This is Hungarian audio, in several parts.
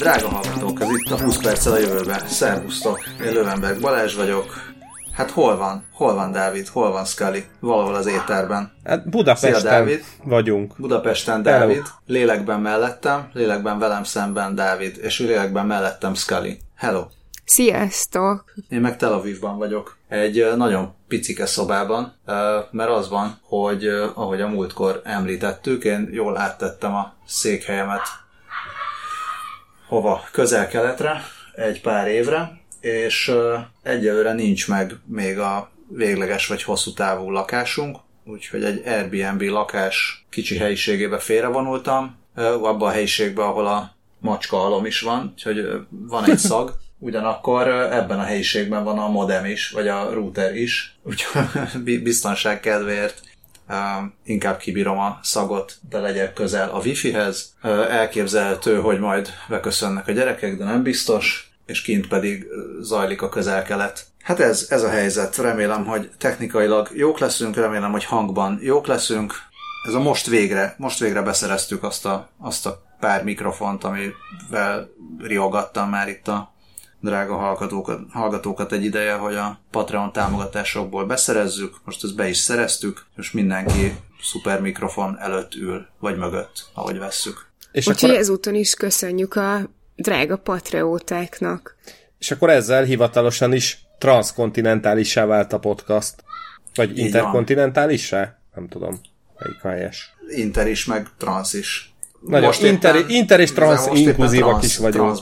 Drága hallgatók, ez itt a 20 perccel a jövőbe. Szervusztok, én Löwenberg Balázs vagyok. Hát hol van Dávid? Hol van Scully? Valahol az étterben. Hát Budapesten Szia, Dávid. Vagyunk. Budapesten Dávid, lélekben mellettem, lélekben velem szemben Dávid, és lélekben mellettem Scully. Hello! Sziasztok! Én meg Tel Avivban vagyok. Egy nagyon picike szobában, mert az van, hogy ahogy a múltkor említettük, én jól áttettem a székhelyemet hova? Közel-keletre, egy pár évre, és egyelőre nincs meg még a végleges vagy hosszú távú lakásunk, úgyhogy egy Airbnb lakás kicsi helyiségébe félrevonultam, abban a helyiségben, ahol a macskahalom is van, úgyhogy van egy szag, ugyanakkor ebben a helyiségben van a modem is, vagy a router is, úgyhogy biztonság kedvéért inkább kibírom a szagot, de legyek közel a wifi-hez. Elképzelhető, hogy majd beköszönnek a gyerekek, de nem biztos, és kint pedig zajlik a közel-kelet. Hát ez a helyzet. Remélem, hogy technikailag jók leszünk, remélem, hogy hangban jók leszünk. Ez a most végre beszereztük azt a pár mikrofont, amivel riogattam már itt a drága hallgatókat egy ideje, hogy a Patreon támogatásokból beszerezzük. Most ezt be is szereztük, és mindenki szuper mikrofon előtt ül, vagy mögött, ahogy vesszük. Úgyhogy ezúton is köszönjük a drága patriótáknak. És akkor ezzel hivatalosan is transzkontinentálissá vált a podcast. Vagy interkontinentálissá? Nem tudom, melyik a helyes. Inter is, meg transz is. Nagyon, inter és transz inkluzívak is vagyunk.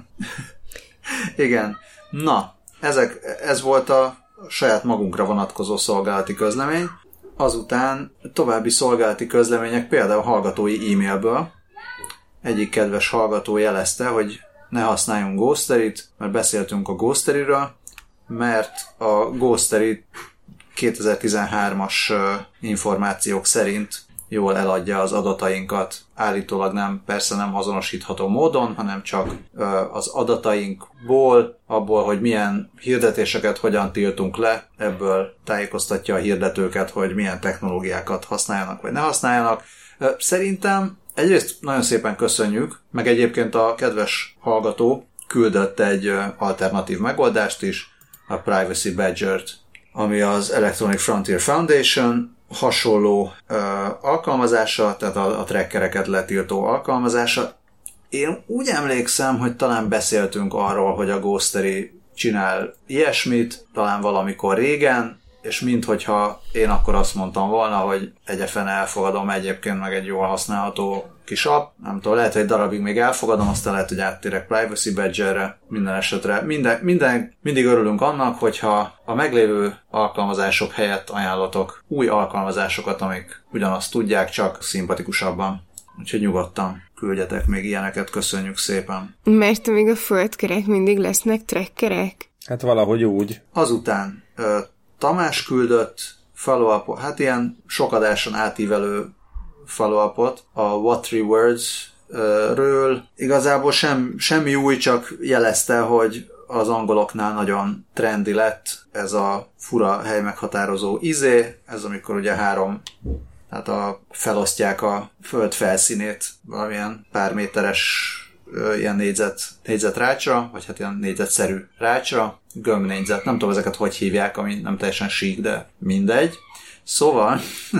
Igen. Na, ez volt a saját magunkra vonatkozó szolgálati közlemény. Azután további szolgálati közlemények, például hallgatói e-mailből. Egyik kedves hallgató jelezte, hogy ne használjunk Ghosterit, mert beszéltünk a Ghosteryről, mert a Ghostery 2013-as információk szerint jól eladja az adatainkat. Állítólag persze nem azonosítható módon, hanem csak az adatainkból, abból, hogy milyen hirdetéseket hogyan tiltunk le, ebből tájékoztatja a hirdetőket, hogy milyen technológiákat használjanak vagy ne használjanak. Szerintem egyrészt nagyon szépen köszönjük, meg egyébként a kedves hallgató küldött egy alternatív megoldást is, a Privacy Badger-t, ami az Electronic Frontier Foundation hasonló alkalmazása, tehát a trackereket letiltó alkalmazása. Én úgy emlékszem, hogy talán beszéltünk arról, hogy a Ghostery csinál ilyesmit, talán valamikor régen, és minthogyha én akkor azt mondtam volna, hogy egyefen elfogadom, egyébként meg egy jól használható kis app. Nem tudom, lehet, hogy egy darabig még elfogadom, aztán lehet, hogy áttérek Privacy Badger-re, minden esetre. Mindig örülünk annak, hogyha a meglévő alkalmazások helyett ajánlatok új alkalmazásokat, amik ugyanazt tudják, csak szimpatikusabban. Úgyhogy nyugodtan küldjetek még ilyeneket, köszönjük szépen. Mert még a földkerek mindig lesznek trackerek? Hát valahogy úgy. Azután Tamás küldött follow-up, hát ilyen sokadáson átívelő follow-upot a What Three Words-ről. Igazából semmi új, csak jelezte, hogy az angoloknál nagyon trendi lett ez a fura helymeghatározó izé, ez amikor ugye tehát felosztják a föld felszínét valamilyen pár méteres ilyen négyzet rácsra, vagy hát ilyen négyzetszerű rácsra, gömbnégyzet, nem tudom ezeket hogy hívják, ami nem teljesen sík, de mindegy. Szóval...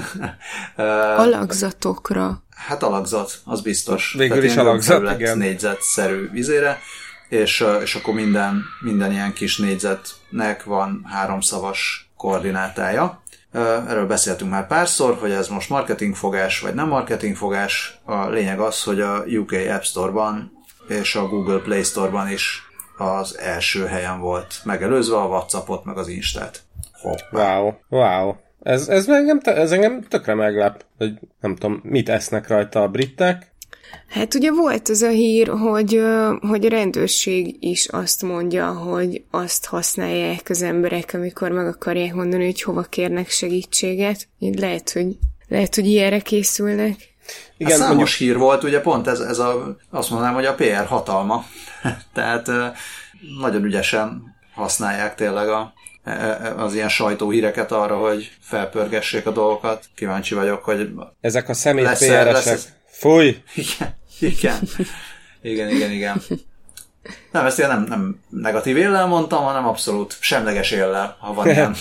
alakzatokra. Hát alakzat, az biztos. Végül is alakzat, igen. Négyzetszerű vizére, és akkor minden ilyen kis négyzetnek van 3 szavas koordinátája. Erről beszéltünk már párszor, hogy ez most marketingfogás, vagy nem marketingfogás. A lényeg az, hogy a UK App Store-ban és a Google Play Store-ban is az első helyen volt, megelőzve a WhatsAppot, meg az Instát. Wow. Ez engem tökre meglep, hogy nem tudom, mit esznek rajta a britek. Hát ugye volt az a hír, hogy a rendőrség is azt mondja, hogy azt használják az emberek, amikor meg akarják mondani, hogy hova kérnek segítséget. Így lehet, hogy ilyenre készülnek. Igen, számos hír volt, ugye pont ez azt mondanám, hogy a PR hatalma. Tehát nagyon ügyesen használják tényleg az ilyen sajtóhíreket arra, hogy felpörgessék a dolgokat. Kíváncsi vagyok, hogy ezek a szemét PR-esek. Fúj! Igen. Nem, ezt én nem negatív éllel mondtam, hanem abszolút semleges éllel, ha van ilyen.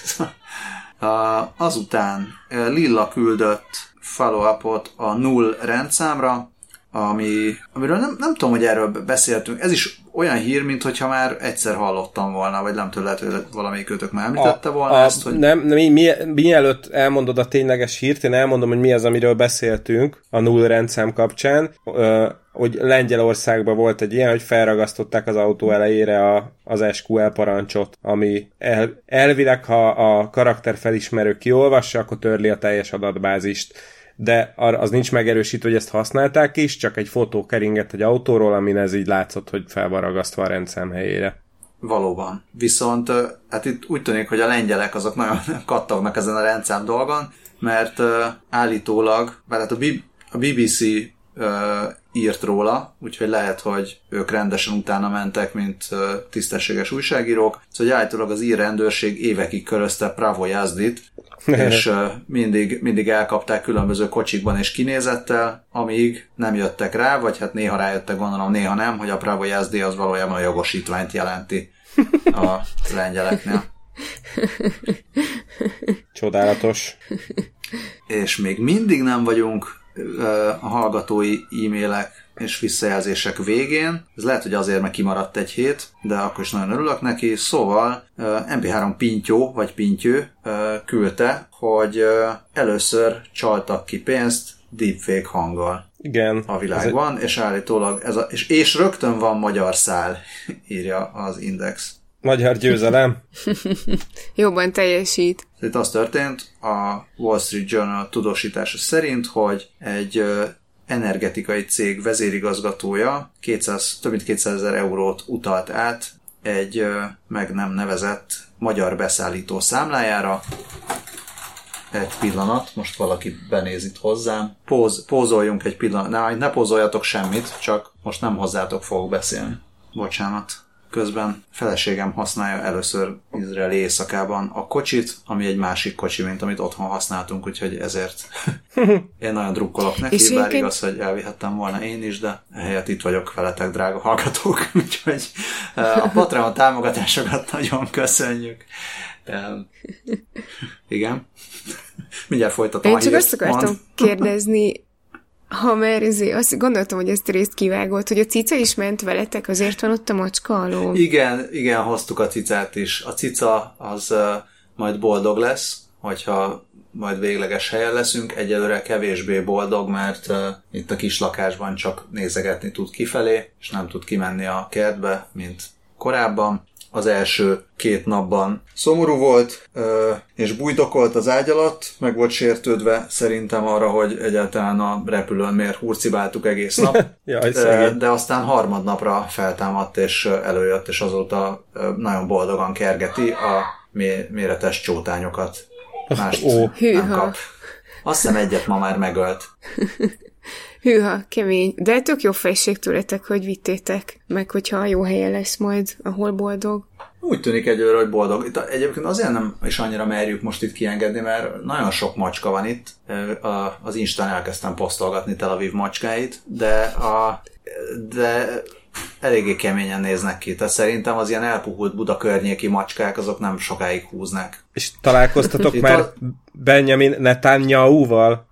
Azután Lilla küldött follow-upot a null rendszámra, amiről nem tudom, hogy erről beszéltünk. Ez is olyan hír, mintha már egyszer hallottam volna, vagy nem tudom, lehet, hogy valamelyikőtök már említette volna ezt, hogy... Mielőtt elmondod a tényleges hírt, én elmondom, hogy mi az, amiről beszéltünk a null rendszám kapcsán, hogy Lengyelországban volt egy ilyen, hogy felragasztották az autó elejére az SQL parancsot, ami elvileg, ha a karakterfelismerő kiolvassa, akkor törli a teljes adatbázist. De az nincs megerősítve, hogy ezt használták is, csak egy fotó keringett egy autóról, amin ez így látszott, hogy fel van ragasztva a rendszám helyére. Valóban. Viszont hát itt úgy tűnik, hogy a lengyelek azok nagyon kattognak ezen a rendszám dolgon, mert állítólag, hát a BBC írt róla, úgyhogy lehet, hogy ők rendesen utána mentek, mint tisztességes újságírók. Szóval állítólag az ír rendőrség évekig körözte Pravo Jazdit, és mindig elkapták különböző kocsikban és kinézettel, amíg nem jöttek rá, vagy hát néha rájöttek, gondolom, néha nem, hogy a Pravo Jazdi az valójában a jogosítványt jelenti a lengyeleknél. Csodálatos. És még mindig nem vagyunk a hallgatói e-mailek és visszajelzések végén. Ez lehet, hogy azért, mert kimaradt egy hét, de akkor is nagyon örülök neki. Szóval MP3 Pintyó, vagy Pintyő küldte, hogy először csaltak ki pénzt deepfake hanggal. Igen. A világban, és állítólag és rögtön van magyar szál, írja az Index. Magyar győzelem. Jobban teljesít. Itt az történt, a Wall Street Journal tudósítása szerint, hogy egy energetikai cég vezérigazgatója több mint 200 000 eurót utalt át egy meg nem nevezett magyar beszállító számlájára. Egy pillanat, most valaki benéz itt hozzám. Pózoljunk egy pillanat. Ne pózoljatok semmit, csak most nem hozzátok fogok beszélni. Bocsánat. Közben feleségem használja először izraeli éjszakában a kocsit, ami egy másik kocsi, mint amit otthon használtunk, úgyhogy ezért én nagyon drukkolok neki, bár igaz, hogy elvihettem volna én is, de ehelyett itt vagyok veletek, drága hallgatók, úgyhogy a Patreon támogatásokat nagyon köszönjük. Igen. Mindjárt folytatom a hírt. Én csak azt akartam kérdezni, ha már azt gondoltam, hogy ezt részt kivágott, hogy a cica is ment veletek, azért van ott a macska alól. Igen, hoztuk a cicát is. A cica az majd boldog lesz, hogyha majd végleges helyen leszünk. Egyelőre kevésbé boldog, mert itt a kis lakásban csak nézegetni tud kifelé, és nem tud kimenni a kertbe, mint korábban. Az első 2 napban szomorú volt, és bújdokolt az ágy alatt, meg volt sértődve szerintem arra, hogy egyáltalán a repülőn miért hurcibáltuk egész nap. Jaj, de aztán harmadnapra feltámadt, és előjött, és azóta nagyon boldogan kergeti a méretes csótányokat. Mást nem kap. Azt hiszem egyet ma már megölt. Hűha, kemény. De tök jó fejség tőletek, hogy vittétek, meg hogyha jó helye lesz majd, ahol boldog. Úgy tűnik egyelőre, hogy boldog. Itt egyébként azért nem is annyira merjük most itt kiengedni, mert nagyon sok macska van itt. Az Instán elkezdtem posztolgatni Tel Aviv macskáit, de eléggé keményen néznek ki. Tehát szerintem az ilyen elpuhult Buda környéki macskák, azok nem sokáig húznak. És találkoztatok már Benjamin Netanyahu-val?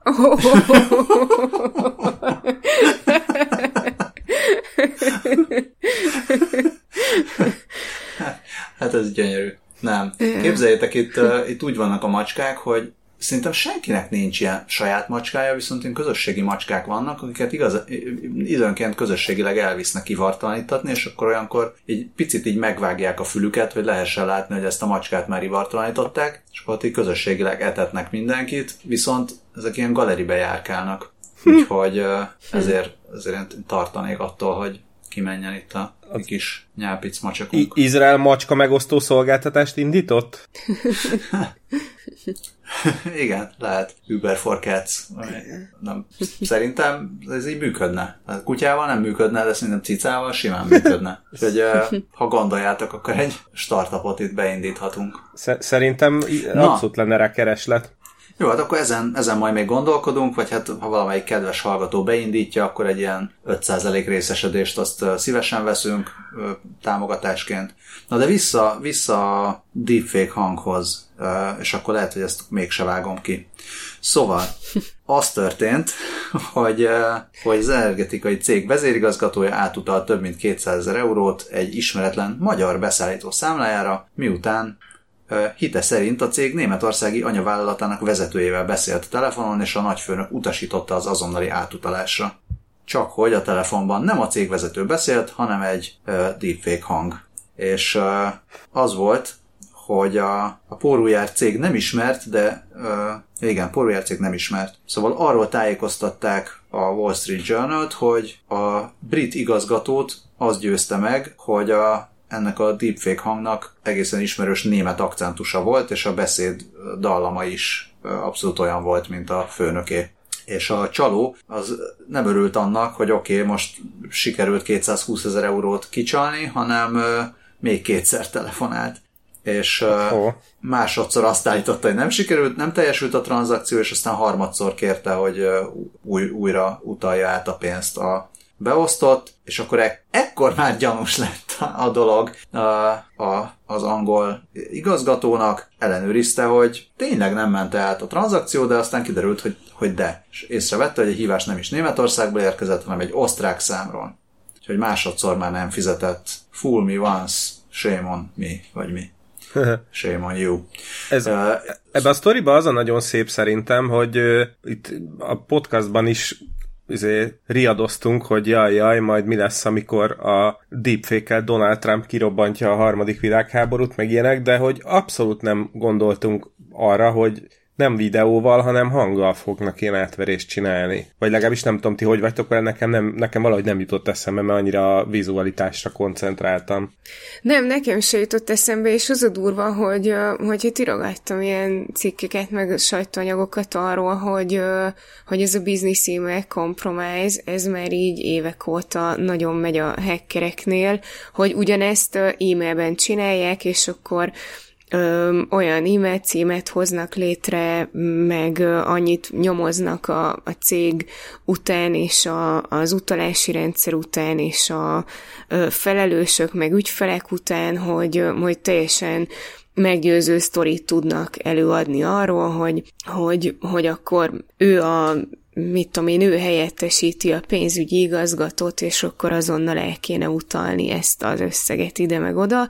Hát ez gyönyörű. Nem. Képzeljétek, itt úgy vannak a macskák, hogy szerintem senkinek nincs ilyen saját macskája, viszont ilyen közösségi macskák vannak, akiket időnként közösségileg elvisznek ivartalanítatni, és akkor olyankor egy picit így megvágják a fülüket, hogy lehessen látni, hogy ezt a macskát már ivartalanították, és akkor így közösségileg etetnek mindenkit, viszont ezek ilyen galeribe járkálnak. Úgyhogy ezért én tartanék attól, hogy kimenjen itt a kis nyálpic macsakunk. Izrael macska megosztó szolgáltatást indított? Igen, lehet. Uber for Cats. Nem. Szerintem ez így működne. A kutyával nem működne, de szerintem cicával simán működne. Úgyhogy ha gondoljátok, akkor egy startupot itt beindíthatunk. Szerintem abszolút lenne rá kereslet. Jó, hát akkor ezen majd még gondolkodunk, vagy hát ha valamelyik kedves hallgató beindítja, akkor egy ilyen 5% részesedést azt szívesen veszünk támogatásként. Na de vissza a deepfake hanghoz, és akkor lehet, hogy ezt mégse vágom ki. Szóval az történt, hogy az energetikai cég vezérigazgatója átutalt több mint 200 000 eurót egy ismeretlen magyar beszállító számlájára, miután hite szerint a cég németországi anyavállalatának vezetőjével beszélt telefonon, és a nagyfőnök utasította az azonnali átutalásra. Csak hogy a telefonban nem a cégvezető beszélt, hanem egy deepfake hang. És az volt, hogy a Pórujár cég nem ismert, de igen, Pórujár cég nem ismert. Szóval arról tájékoztatták a Wall Street Journal-t, hogy a brit igazgatót az győzte meg, hogy ennek a deepfake hangnak egészen ismerős német akcentusa volt, és a beszéd dallama is abszolút olyan volt, mint a főnöké. És a csaló az nem örült annak, hogy oké, most sikerült 220 000 eurót kicsalni, hanem még kétszer telefonált. És másodszor azt állította, hogy nem sikerült, nem teljesült a tranzakció, és aztán harmadszor kérte, hogy újra utalja át a pénzt a beosztott, és akkor ekkor már gyanús lett a dolog. Az angol igazgatónak ellenőrizte, hogy tényleg nem ment át a tranzakció, de aztán kiderült, hogy de. És észrevette, hogy a hívás nem is Németországból érkezett, hanem egy osztrák számról. Úgyhogy másodszor már nem fizetett. Fool me once, shame on me, vagy mi. Shame on you. Ebben a sztoriban az a nagyon szép szerintem, hogy itt a podcastban is riadoztunk, hogy jaj, majd mi lesz, amikor a deepfake-kel Donald Trump kirobbantja a harmadik világháborút, meg ilyenek, de hogy abszolút nem gondoltunk arra, hogy nem videóval, hanem hanggal fognak ilyen átverést csinálni. Vagy legalábbis nem tudom, ti hogy vagytok vele, nekem valahogy nem jutott eszembe, mert annyira a vizualitásra koncentráltam. Nem, nekem se jutott eszembe, és az a durva, hogy itt írogattam ilyen cikkeket, meg sajtóanyagokat arról, hogy ez a business email compromise, ez már így évek óta nagyon megy a hackereknél, hogy ugyanezt e-mailben csinálják, és akkor olyan e-mail címet hoznak létre, meg annyit nyomoznak a cég után, és az utalási rendszer után, és a felelősök, meg ügyfelek után, hogy teljesen meggyőző sztorit tudnak előadni arról, hogy akkor ő ő helyettesíti a pénzügyi igazgatót, és akkor azonnal el kéne utalni ezt az összeget ide meg oda,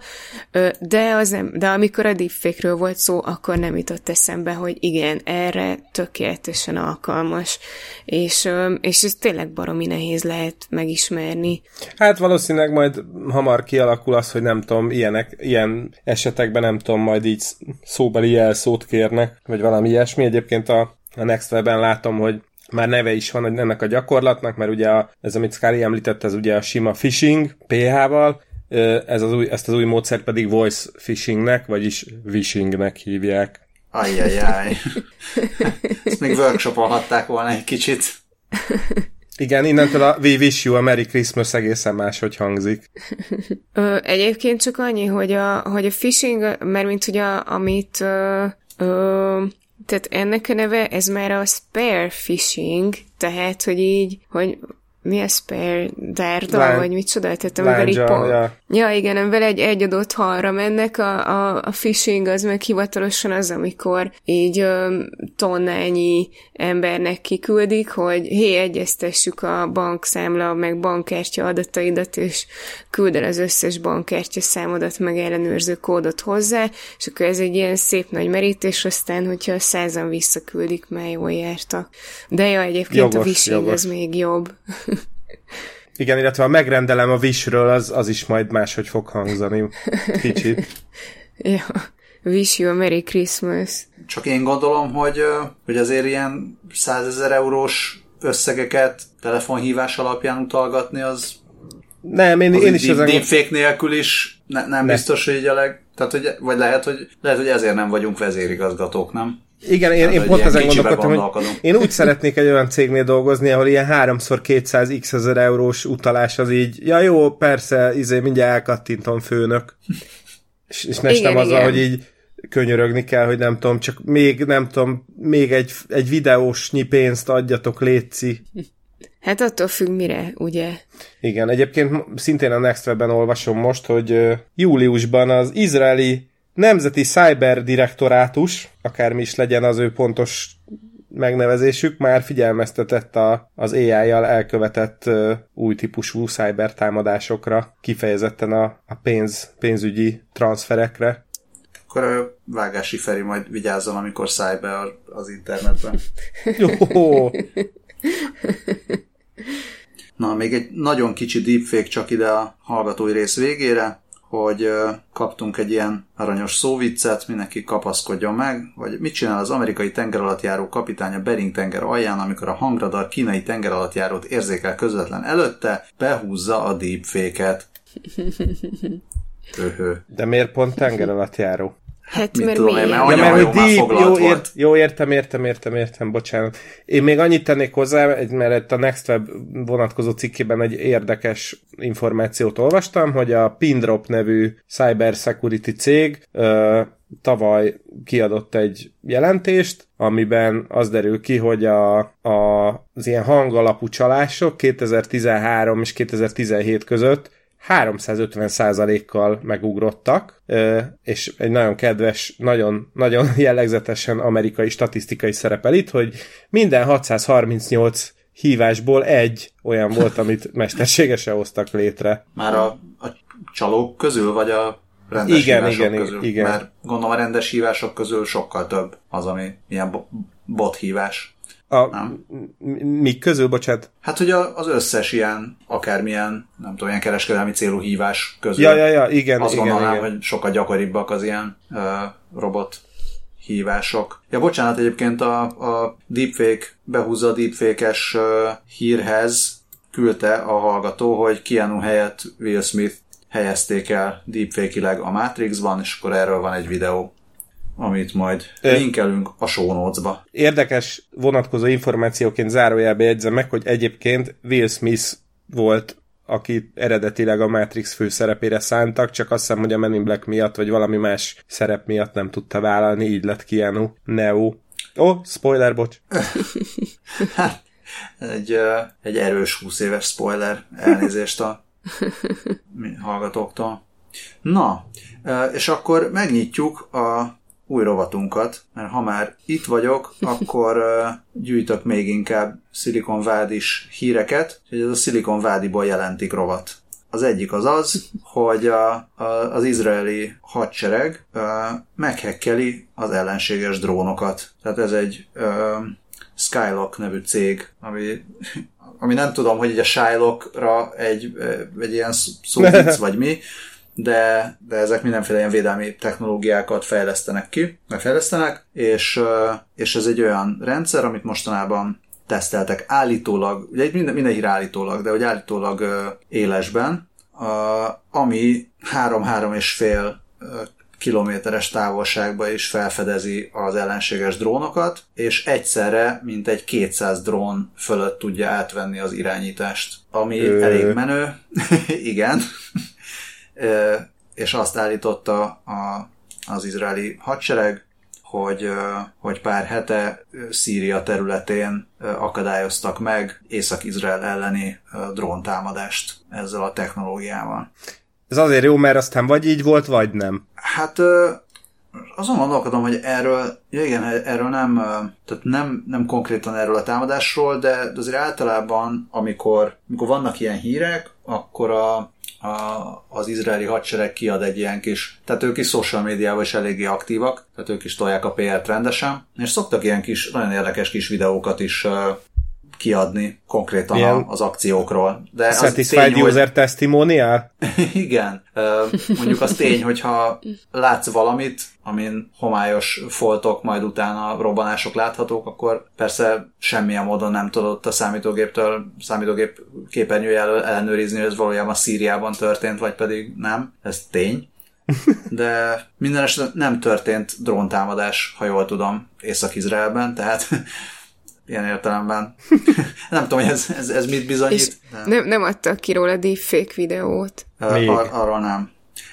de amikor a deepfake-ről volt szó, akkor nem jutott eszembe, hogy igen, erre tökéletesen alkalmas, és ez tényleg baromi nehéz lehet megismerni. Hát valószínűleg majd hamar kialakul az, hogy nem tudom, ilyen esetekben nem tudom, majd így szóbeli jelszót kérnek, vagy valami ilyesmi. Egyébként a Next Web-en látom, hogy már neve is van ennek a gyakorlatnak, mert ugye ez, amit Scully említett, ez ugye a sima phishing, PH-val, ezt az új módszert pedig voice phishingnek, vagyis wishingnek hívják. Ajjajjaj. Ezt még workshopolhatták volna egy kicsit. Igen, innentől a We Wish You a Merry Christmas egészen máshogy hangzik. Egyébként csak annyi, hogy a phishing, mert mint ugye amit... Tehát ennek a neve, ez már a spare phishing, tehát, hogy így, hogy mi a spare dárda, vagy micsoda? Tehát amivel ja, igen, amivel egy adott halra mennek, a phishing az meg hivatalosan az, amikor így tonnányi embernek kiküldik, hogy egyeztessük a bankszámla, meg bankkártya adataidat, és küld el az összes bankkártya számodat, meg ellenőrző kódot hozzá, és akkor ez egy ilyen szép nagy merítés, aztán, hogyha 100-an visszaküldik, már jól jártak. De ja, egyébként jogos, a phishing az még jobb. Igen, illetve ha megrendelem a Wish-ről, az is majd máshogy fog hangzani. Kicsit. Ja, Wish you a Merry Christmas. Csak én gondolom, hogy azért ilyen 100 000 eurós összegeket telefonhívás alapján utalgatni, az nem, én is ezen... Deepfake nélkül is nem biztos, hogy így tehát, hogy lehet, hogy ezért nem vagyunk vezérigazgatók, nem? Igen, én pont ezen gondolkodtam, hogy én úgy szeretnék egy olyan cégnél dolgozni, ahol ilyen 3x200 x ezer eurós utalás az így, ja jó, persze, mindjárt elkattintom főnök. És nem azzal, hogy így könyörögni kell, hogy nem tudom, csak még egy videósnyi pénzt adjatok, létszi. Hát attól függ mire, ugye? Igen, egyébként szintén a Next Webben olvasom most, hogy júliusban az izraeli Nemzeti Cyber Direktorátus, akármi is legyen az ő pontos megnevezésük, már figyelmeztetett az AI-jal elkövetett új típusú cyber támadásokra, kifejezetten a pénzügyi transferekre. Akkor Vágási Feri majd vigyázzon, amikor száll be az internetben. Jó! Na, még egy nagyon kicsi deepfake csak ide a hallgatói rész végére, hogy kaptunk egy ilyen aranyos szóviccet, mindenki kapaszkodjon meg, hogy mit csinál az amerikai tengeralattjáró kapitány a Bering tenger alján, amikor a hangradar kínai tengeralattjárót érzékel közvetlen előtte, behúzza a deepfake-et. De miért pont tengeralattjáró? Hát mit mert tudom én, miért? mert Ja, mert hogy foglalt volt. jó, értem, bocsánat. Én még annyit tennék hozzá, mert itt a Next Web vonatkozó cikkében egy érdekes információt olvastam, hogy a Pindrop nevű cyber security cég tavaly kiadott egy jelentést, amiben az derül ki, hogy az ilyen hangalapú csalások 2013 és 2017 között 350%-kal megugrottak, és egy nagyon kedves, nagyon, nagyon jellegzetesen amerikai statisztikai szerepel itt, hogy minden 638 hívásból egy olyan volt, amit mesterségesen hoztak létre. Már a csalók közül, vagy a rendes hívások közül? Igen. Mert gondolom a rendes hívások közül sokkal több az, ami ilyen bot hívás. Mik közül, bocsánat? Hát, hogy az összes ilyen, akármilyen, nem tudom, ilyen kereskedelmi célú hívás közül. Ja, igen. Azt igen, gondolnám, igen. hogy sokkal gyakoribbak az ilyen robot hívások. Ja, bocsánat, egyébként a deepfake, behúzza a deepfake-es hírhez küldte a hallgató, hogy Keanu helyett Will Smith helyezték el deepfake-ileg a Matrixban, és akkor erről van egy videó, amit majd linkelünk a show notes-ba. Érdekes vonatkozó információként zárójelbe jegyzem meg, hogy egyébként Will Smith volt, aki eredetileg a Matrix főszerepére szántak, csak azt hiszem, hogy a Men in Black miatt, vagy valami más szerep miatt nem tudta vállalni, így lett Keanu, Neo. Spoiler, bocs. egy erős 20 éves spoiler, elnézést a hallgatóktól. Na, és akkor megnyitjuk a új rovatunkat, mert ha már itt vagyok, akkor gyűjtök még inkább Silicon Valley-s híreket, hogy ez a Silicon Valley-ból jelentik rovat. Az egyik az, hogy az izraeli hadsereg meghekkeli az ellenséges drónokat. Tehát ez egy Skylock nevű cég, ami nem tudom, hogy így a Shylockra egy ilyen szóvic vagy mi, de ezek mindenféle ilyen védelmi technológiákat fejlesztenek, és ez egy olyan rendszer, amit mostanában teszteltek állítólag, ugye itt minden hír állítólag, de hogy állítólag élesben, ami 3-3,5 kilométeres távolságba is felfedezi az ellenséges drónokat, és egyszerre mintegy 200 drón fölött tudja átvenni az irányítást, ami elég menő, igen, és azt állította az izraeli hadsereg, hogy pár hete Szíria területén akadályoztak meg Észak-Izrael elleni dróntámadást ezzel a technológiával. Ez azért jó, mert aztán vagy így volt, vagy nem. Hát azon gondolkodom, hogy erről nem konkrétan erről a támadásról, de azért általában, amikor vannak ilyen hírek, akkor az izraeli hadsereg kiad egy ilyen kis, tehát ők is social médiában is eléggé aktívak, tehát ők is tolják a PR-t rendesen, és szoktak ilyen kis, nagyon érdekes kis videókat is kiadni konkrétan az akciókról. De Satisfied tény, user testimonial? Igen. Mondjuk az tény, hogyha látsz valamit, amin homályos foltok, majd utána robbanások láthatók, akkor persze semmilyen módon nem tudott a számítógép képernyője elől ellenőrizni, hogy ez valójában Szíriában történt, vagy pedig nem. Ez tény. De minden esetben nem történt dróntámadás, ha jól tudom, Észak-Izraelben, tehát ilyen értelemben. Nem tudom, hogy ez mit bizonyít. És nem adtak ki róla deepfake videót. Arról nem.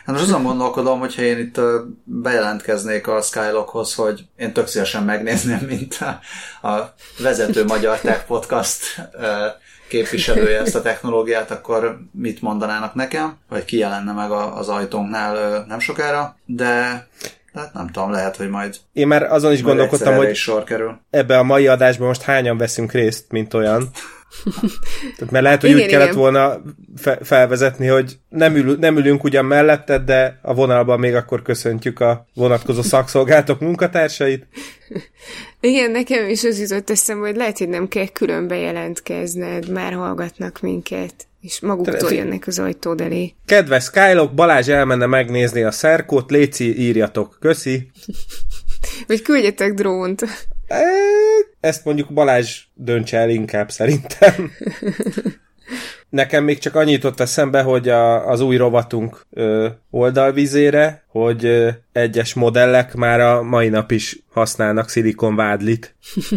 Hát most azon gondolkodom, hogyha én itt bejelentkeznék a Skylockhoz, hogy én tök szívesen megnézném, mint a vezető magyar tech podcast képviselője ezt a technológiát, akkor mit mondanának nekem, vagy ki jelenne meg az ajtónknál nem sokára, de nem tudom, lehet, hogy majd én már azon is gondolkodtam, hogy sor kerül. Ebbe a mai adásban most hányan veszünk részt, mint olyan. Tehát mert lehet, hogy igen, úgy kellett volna felvezetni, hogy nem ülünk ugyan melletted, de a vonalban még akkor köszöntjük a vonatkozó szakszolgálatok munkatársait. Igen, nekem is az jutott eszembe, hogy lehet, hogy nem kell külön bejelentkezned, már hallgatnak minket, és maguktól jönnek az ajtód elé. Kedves Skylock, Balázs elmenne megnézni a szerkót, léci, írjatok. Köszi. Vagy küldjetek drónt. Ezt mondjuk Balázs döntse el inkább szerintem. Nekem még csak annyit jutott eszembe, hogy az új rovatunk oldalvizére, hogy egyes modellek már a mai nap is használnak szilikonvádlit.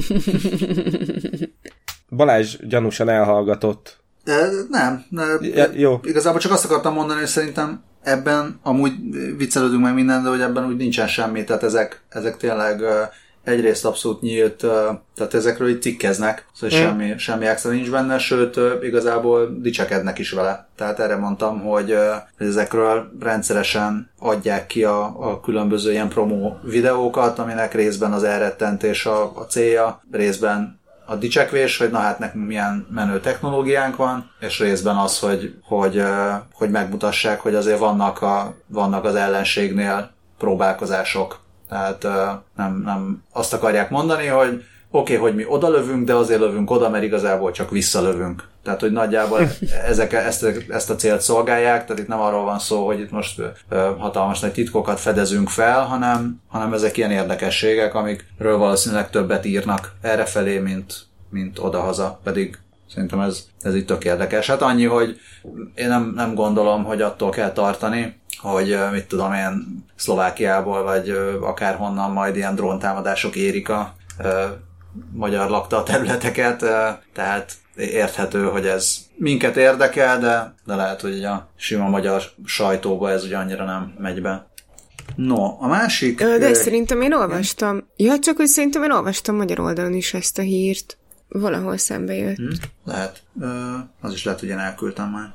Balázs gyanúsan elhallgatott. Nem. Jó. Igazából csak azt akartam mondani, hogy szerintem ebben amúgy viccelődünk meg minden, de hogy ebben úgy nincsen semmi, tehát ezek tényleg egyrészt abszolút nyílt, tehát ezekről így cikkeznek, szóval semmi extra nincs benne, sőt, igazából dicsekednek is vele. Tehát erre mondtam, hogy ezekről rendszeresen adják ki a különböző ilyen promó videókat, aminek részben az elrettentés a célja, részben a dicsekvés, hogy na hát nekünk milyen menő technológiánk van, és részben az, hogy megmutassák, hogy azért vannak az ellenségnél próbálkozások. Tehát nem azt akarják mondani, hogy oké, hogy mi odalövünk, de azért lövünk oda, mert igazából csak visszalövünk. Tehát, hogy nagyjából ezt a célt szolgálják, tehát itt nem arról van szó, hogy itt most hatalmas nagy titkokat fedezünk fel, hanem ezek ilyen érdekességek, amikről valószínűleg többet írnak errefelé, mint odahaza, pedig szerintem ez itt tök érdekes. Hát annyi, hogy én nem gondolom, hogy attól kell tartani, hogy mit tudom én, Szlovákiából vagy akárhonnan majd ilyen dróntámadások érik a magyar lakta területeket, tehát érthető, hogy ez minket érdekel, de lehet, hogy a sima magyar sajtóba ez ugye annyira nem megy be. No, a másik... De szerintem én olvastam. Ja, csak hogy szerintem én olvastam magyar oldalon is ezt a hírt. Valahol szembe jött. Lehet. Az is lehet, hogy én elküldtem már.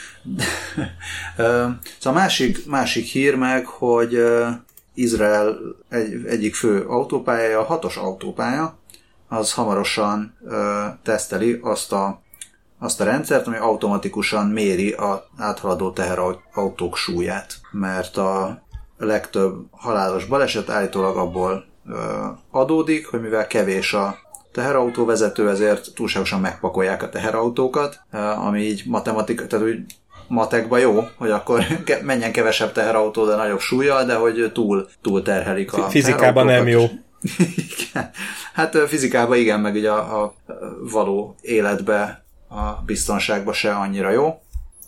Szóval másik hír meg, hogy Izrael egyik fő autópályája, a 6-os autópálya, az hamarosan teszteli azt a rendszert, ami automatikusan méri az áthaladó teherautók súlyát. Mert a legtöbb halálos baleset állítólag abból adódik, hogy mivel kevés a teherautóvezető, ezért túlságosan megpakolják a teherautókat, ami így tehát úgy matekba jó, hogy akkor menjen kevesebb teherautó, de nagyobb súllyal, de hogy túl terhelik a fizikában nem jó. Igen. Hát fizikában igen, meg ugye a való életbe, a biztonságban se annyira jó.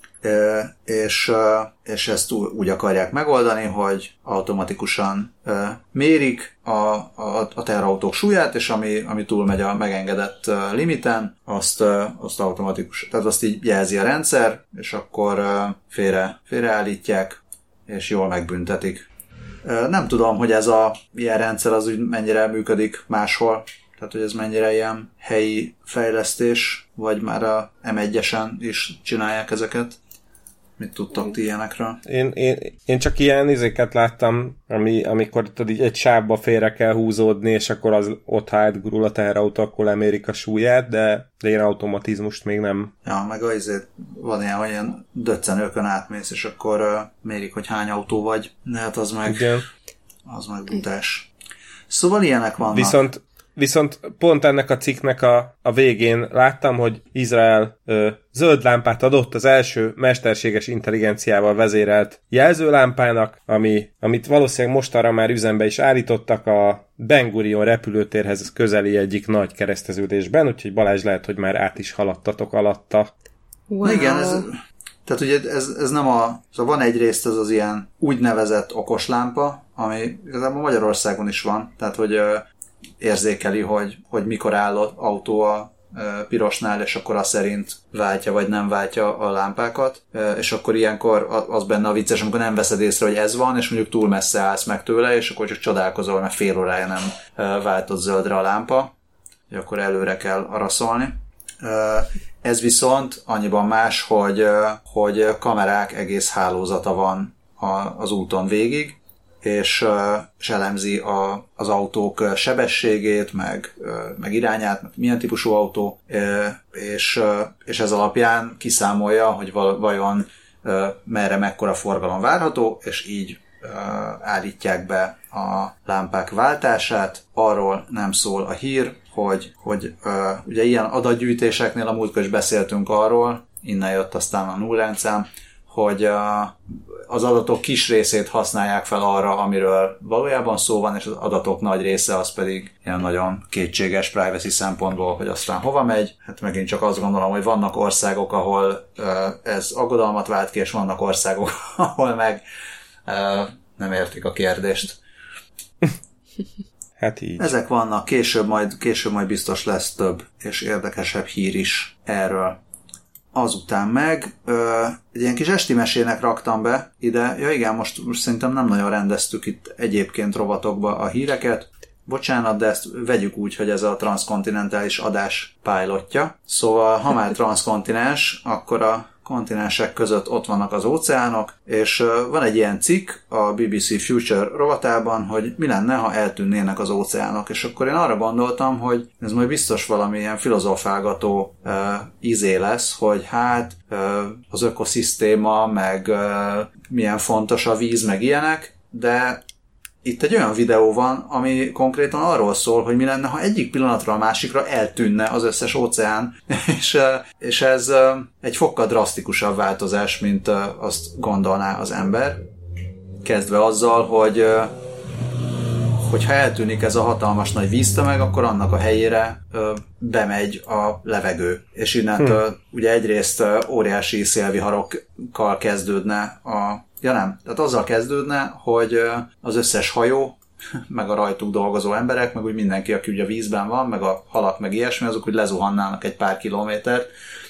És ezt úgy akarják megoldani, hogy automatikusan mérik a teherautók súlyát, és ami túlmegy a megengedett limiten, azt automatikus, tehát azt így jelzi a rendszer, és akkor félreállítják, és jól megbüntetik. Nem tudom, hogy ez ilyen rendszer az úgy mennyire működik máshol, tehát hogy ez mennyire ilyen helyi fejlesztés, vagy már a M1-esen is csinálják ezeket. Mit tudtok ti ilyenekről? Én csak ilyen izéket láttam, amikor tudod, így egy sávba félre kell húzódni, és akkor az ott átgurul a teherautó, akkor lemérik a súlyát, de ilyen automatizmust még nem. Ja, meg van ilyen, hogy ilyen döccenőkön átmész, és akkor mérik, hogy hány autó vagy. De hát az meg butás. Szóval ilyenek vannak. Viszont pont ennek a cikknek a végén láttam, hogy Izrael zöld lámpát adott az első mesterséges intelligenciával vezérelt jelzőlámpának, amit valószínűleg mostanra már üzembe is állítottak a Ben Gurion repülőtérhez közeli egyik nagy kereszteződésben, úgyhogy Balázs lehet, hogy már át is haladtatok alatta. Wow. Igen, tehát ugye ez nem szóval van egyrészt az ilyen úgynevezett okoslámpa, ami igazából Magyarországon is van, tehát hogy érzékeli, hogy mikor áll autó pirosnál, és akkor az szerint váltja vagy nem váltja a lámpákat, és akkor ilyenkor az benne a vicces, amikor nem veszed észre, hogy ez van, és mondjuk túl messze állsz meg tőle, és akkor csak csodálkozol, mert fél órája nem váltott zöldre a lámpa, hogy akkor előre kell araszolni. Ez viszont annyiban más, hogy kamerák egész hálózata van az úton végig, és elemzi az autók sebességét, meg irányát, meg milyen típusú autó, és ez alapján kiszámolja, hogy vajon merre mekkora forgalom várható, és így állítják be a lámpák váltását. Arról nem szól a hír, hogy ugye ilyen adatgyűjtéseknél a múltkor is beszéltünk arról, innen jött aztán a nullrendszám, hogy az adatok kis részét használják fel arra, amiről valójában szó van, és az adatok nagy része az pedig ilyen nagyon kétséges privacy szempontból, hogy aztán hova megy. Hát megint csak azt gondolom, hogy vannak országok, ahol ez aggodalmat vált ki, és vannak országok, ahol meg nem értik a kérdést. Hát így. Ezek vannak, később majd biztos lesz több és érdekesebb hír is erről. Azután meg egy ilyen kis esti mesének raktam be ide. Ja igen, most szerintem nem nagyon rendeztük itt egyébként rovatokba a híreket. Bocsánat, de ezt vegyük úgy, hogy ez a transzkontinentális adás pilotja. Szóval, ha már transzkontinens, akkor a kontinensek között ott vannak az óceánok, és van egy ilyen cikk a BBC Future rovatában, hogy mi lenne, ha eltűnnének az óceánok, és akkor én arra gondoltam, hogy ez majd biztos valamilyen filozofálgató izé lesz, hogy hát az ökoszisztéma, meg milyen fontos a víz, meg ilyenek, de itt egy olyan videó van, ami konkrétan arról szól, hogy mi lenne, ha egyik pillanatra a másikra eltűnne az összes óceán, és ez egy fokkal drasztikusabb változás, mint azt gondolná az ember. Kezdve azzal, hogy ha eltűnik ez a hatalmas nagy víztömeg, akkor annak a helyére bemegy a levegő. És innentől ugye egyrészt óriási szélviharokkal kezdődne tehát azzal kezdődne, hogy az összes hajó, meg a rajtuk dolgozó emberek, meg úgy mindenki, aki ugye a vízben van, meg a halak, meg ilyesmi, azok úgy lezuhannának egy pár kilométert.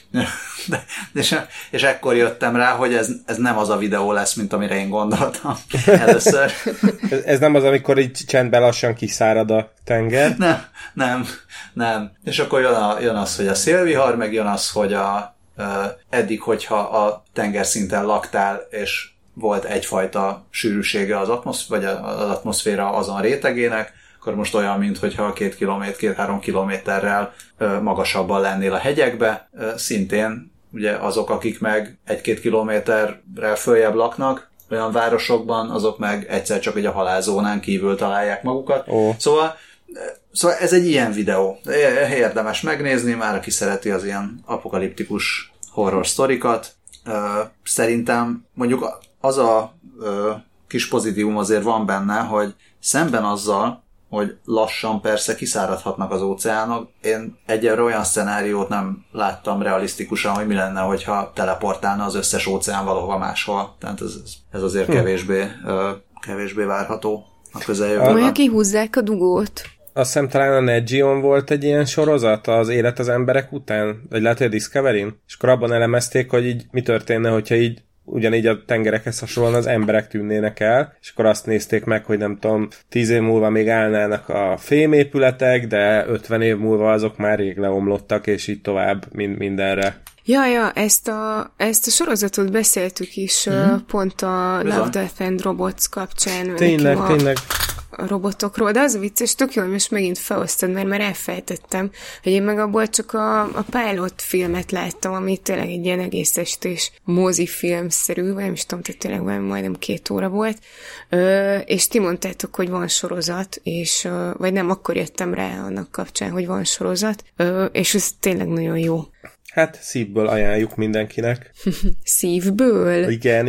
És ekkor jöttem rá, hogy ez nem az a videó lesz, mint amire én gondoltam először. Ez nem az, amikor így csendben lassan kiszárad a tenger? Nem. És akkor jön az, hogy a szélvihar, meg jön az, hogy eddig, hogyha a tengerszinten laktál, és volt egyfajta sűrűsége az atmoszféra azon rétegének, akkor most olyan, mintha 2-3 kilométerrel magasabban lennél a hegyekbe. Szintén ugye azok, akik meg 1-2 kilométerrel följebb laknak, olyan városokban, azok meg egyszer csak egy a halálzónán kívül találják magukat. Oh. Szóval ez egy ilyen videó. Érdemes megnézni, már aki szereti az ilyen apokaliptikus horror sztorikat. Szerintem mondjuk az a kis pozitívum azért van benne, hogy szemben azzal, hogy lassan persze kiszáradhatnak az óceánok, én egyelőre olyan szenáriót nem láttam realisztikusan, hogy mi lenne, hogyha teleportálna az összes óceán valahova máshol. Tehát ez azért kevésbé várható a közeljövőben. Olyan kihúzzák a dugót. Azt hiszem talán a Nat Geo-n volt egy ilyen sorozat, az Élet az emberek után, vagy lehet, hogy a Discovery-n, és akkor abban elemezték, hogy így mi történne, hogyha így ugyanígy a tengerekhez hasonlóan az emberek tűnnének el, és akkor azt nézték meg, hogy nem tudom, 10 év múlva még állnának a fémépületek, de 50 év múlva azok már rég leomlottak, és így tovább mindenre. Ja, ezt a sorozatot beszéltük is pont a Love, Death and Robots kapcsán. Tényleg. A robotokról, de az a vicces, tök jó, hogy most megint felosztad, mert már elfejtettem, hogy én meg abból csak a pilot filmet láttam, ami tényleg egy ilyen egész estés mozifilmszerű, vagy nem is tudom, tehát tényleg majdnem 2 óra volt, és ti mondtátok, hogy van sorozat, és, vagy nem, akkor jöttem rá annak kapcsán, hogy van sorozat, és ez tényleg nagyon jó. Hát szívből ajánljuk mindenkinek. Szívből? Igen.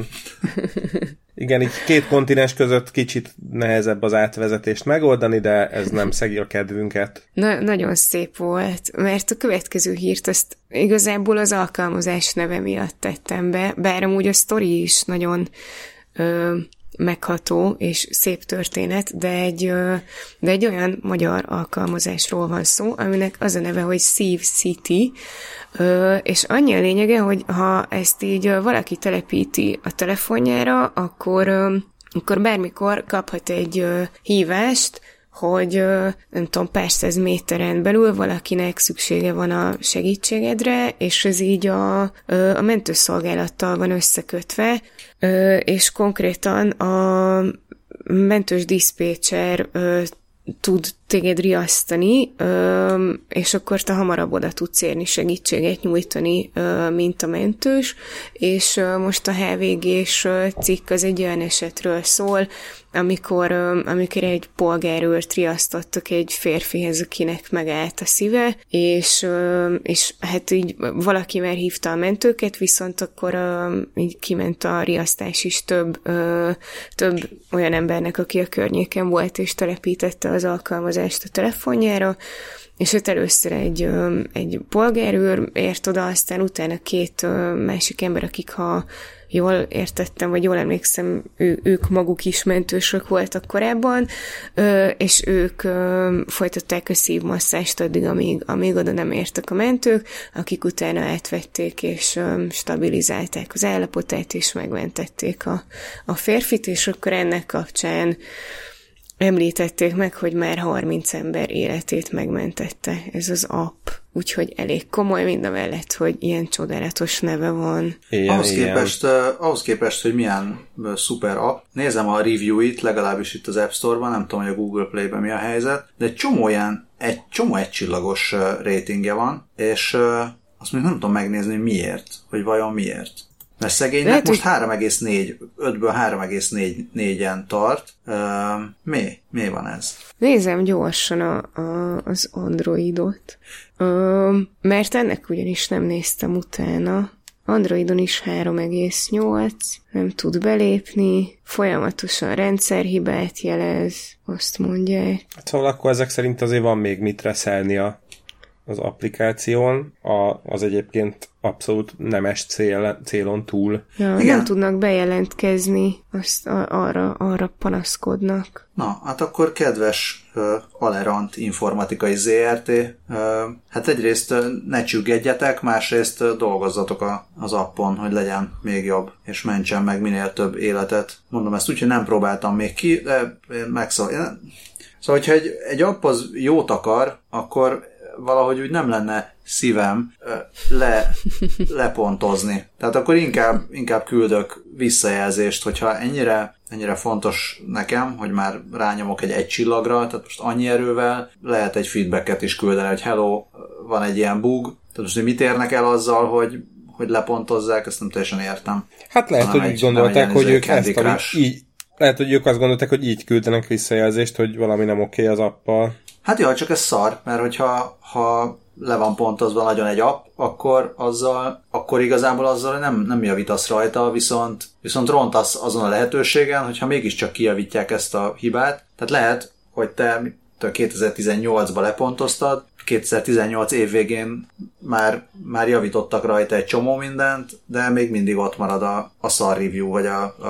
Igen, így 2 kontinens között kicsit nehezebb az átvezetést megoldani, de ez nem szegi a kedvünket. Nagyon szép volt, mert a következő hírt azt igazából az alkalmazás neve miatt tettem be, bár amúgy a sztori is nagyon megható és szép történet, de egy olyan magyar alkalmazásról van szó, aminek az a neve, hogy Sieve City, és annyi a lényege, hogy ha ezt így valaki telepíti a telefonjára, akkor bármikor kaphat egy hívást, hogy nem tudom, pár száz méteren belül valakinek szüksége van a segítségedre, és ez így a mentőszolgálattal van összekötve, és konkrétan a mentős diszpécser tud téged riasztani, és akkor te hamarabb oda tudsz érni, segítséget nyújtani, mint a mentős, és most a HVG-s cikk az egy olyan esetről szól, amikor egy polgárőrt riasztottak egy férfihez, akinek megállt a szíve, és hát így valaki már hívta a mentőket, viszont akkor így kiment a riasztás is több olyan embernek, aki a környéken volt, és telepítette az alkalmazást a telefonjára, és ott először egy polgárőr ért oda, aztán utána két másik ember, akik, ha jól értettem, vagy jól emlékszem, ők maguk is mentősök voltak korábban, és ők folytatták a szívmasszást addig, amíg oda nem értek a mentők, akik utána átvették, és stabilizálták az állapotát, és megmentették a férfit, és akkor ennek kapcsán említették meg, hogy már 30 ember életét megmentette ez az app. Úgyhogy elég komoly, mindamellett, hogy ilyen csodálatos neve van. Ahhoz képest, hogy milyen szuper app, nézem a review-it, legalábbis itt az App Store-ban, nem tudom, hogy a Google Play-ben mi a helyzet, de egy csomó egycsillagos ratingje van, és azt még nem tudom megnézni, hogy miért, hogy vajon miért. Mert szegénynek lehet, most 3,4, 5-ből 3,4-en tart. Mi van ez? Nézem gyorsan az Androidot. Mert ennek ugyanis nem néztem utána. Androidon is 3,8, nem tud belépni, folyamatosan rendszerhibát jelez, azt mondják. Szóval akkor ezek szerint azért van még mit reszelni az applikáción, az egyébként abszolút nemes célon túl. Ja, nem tudnak bejelentkezni, azt arra panaszkodnak. Na, hát akkor kedves Alerant Informatikai ZRT, hát egyrészt ne csüggedjetek, másrészt dolgozzatok az appon, hogy legyen még jobb, és mentsen meg minél több életet. Mondom ezt úgy, hogy nem próbáltam még ki, de megszólal. Szóval, hogyha egy app az jót akar, akkor valahogy úgy nem lenne szívem lepontozni. Tehát akkor inkább küldök visszajelzést, hogyha ennyire fontos nekem, hogy már rányomok egy csillagra, tehát most annyi erővel lehet egy feedbacket is küldeni, hogy hello, van egy ilyen bug, tehát most hogy mit érnek el azzal, hogy lepontozzák, ezt nem teljesen értem. Hát lehet, hogy úgy gondolták, hogy ők lehet, hogy ők azt gondolták, hogy így küldenek visszajelzést, hogy valami nem oké az appal. Hát jó, csak ez szar, mert hogyha le van pontozva nagyon egy app, akkor igazából azzal nem javítasz rajta, viszont rontasz azon a lehetőségen, hogyha mégiscsak kijavítják ezt a hibát. Tehát lehet, hogy te 2018-ban lepontoztad, 2018 év végén már javítottak rajta egy csomó mindent, de még mindig ott marad a szar review, vagy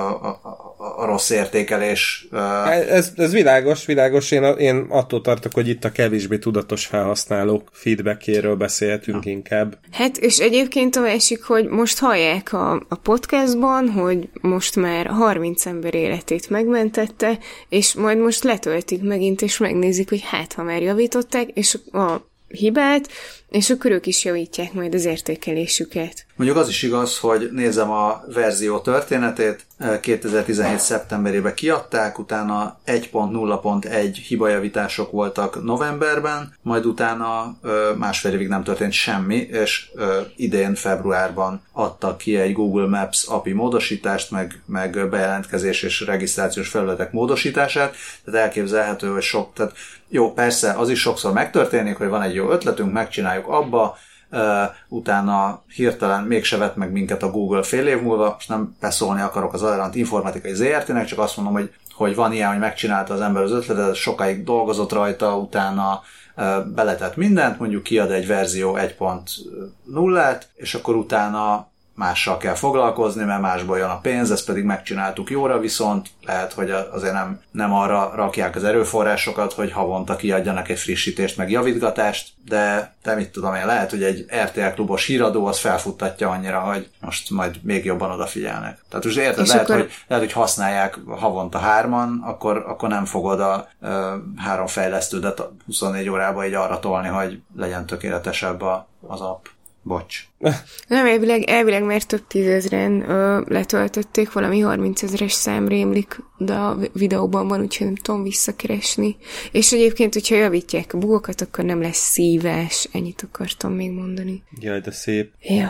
a rossz értékelés. Ez világos. Én attól tartok, hogy itt a kevésbé tudatos felhasználók feedbackéről beszélhetünk inkább. Hát, és egyébként a másik, hogy most hallják a podcastban, hogy most már 30 ember életét megmentette, és majd most letöltik megint, és megnézik, hogy hát, ha már javították, és a hibát, és akkor ők is javítják majd az értékelésüket. Mondjuk az is igaz, hogy nézem a verzió történetét, 2017. szeptemberében kiadták, utána 1.0.1 hibajavítások voltak novemberben, majd utána másfél évig nem történt semmi, és idén februárban adtak ki egy Google Maps API módosítást, meg bejelentkezés és regisztrációs felületek módosítását, tehát elképzelhető, hogy tehát jó, persze, az is sokszor megtörténik, hogy van egy jó ötletünk, megcsináljuk abba, utána hirtelen mégse vett meg minket a Google fél év múlva, most nem beszólni akarok az Alerant Informatikai ZRT-nek, csak azt mondom, hogy van ilyen, hogy megcsinálta az ember az ötletet, sokáig dolgozott rajta, utána beletett mindent, mondjuk kiad egy verzió 1.0-át, és akkor utána mással kell foglalkozni, mert másból jön a pénz, ezt pedig megcsináltuk jóra, viszont lehet, hogy azért nem arra rakják az erőforrásokat, hogy havonta kiadjanak egy frissítést, meg javítgatást, de mit tudom én, lehet, hogy egy RTL klubos híradó az felfuttatja annyira, hogy most majd még jobban odafigyelnek. Tehát most érted, lehet, hogy használják havonta 3-an, akkor nem fogod a 3 fejlesztődet 24 órában így arra tolni, hogy legyen tökéletesebb az app. Bocs. Nem, elvileg már több 10 000-en letöltötték, valami 30 000-es szám rémlik, de a videóban van, úgyhogy nem tudom visszakeresni. És egyébként, hogyha javítják a bugokat, akkor nem lesz szívás. Ennyit akartam még mondani. Jaj, de szép. Ja.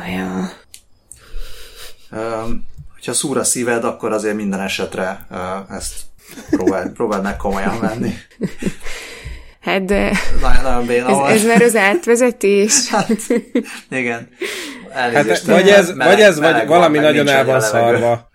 Hogyha szúr a szíved, akkor azért minden esetre ezt próbáld meg komolyan venni. Hát de nagyon béna ez már az átvezetés. Hát, igen. Elnézést, vagy valami nagyon el van szarva.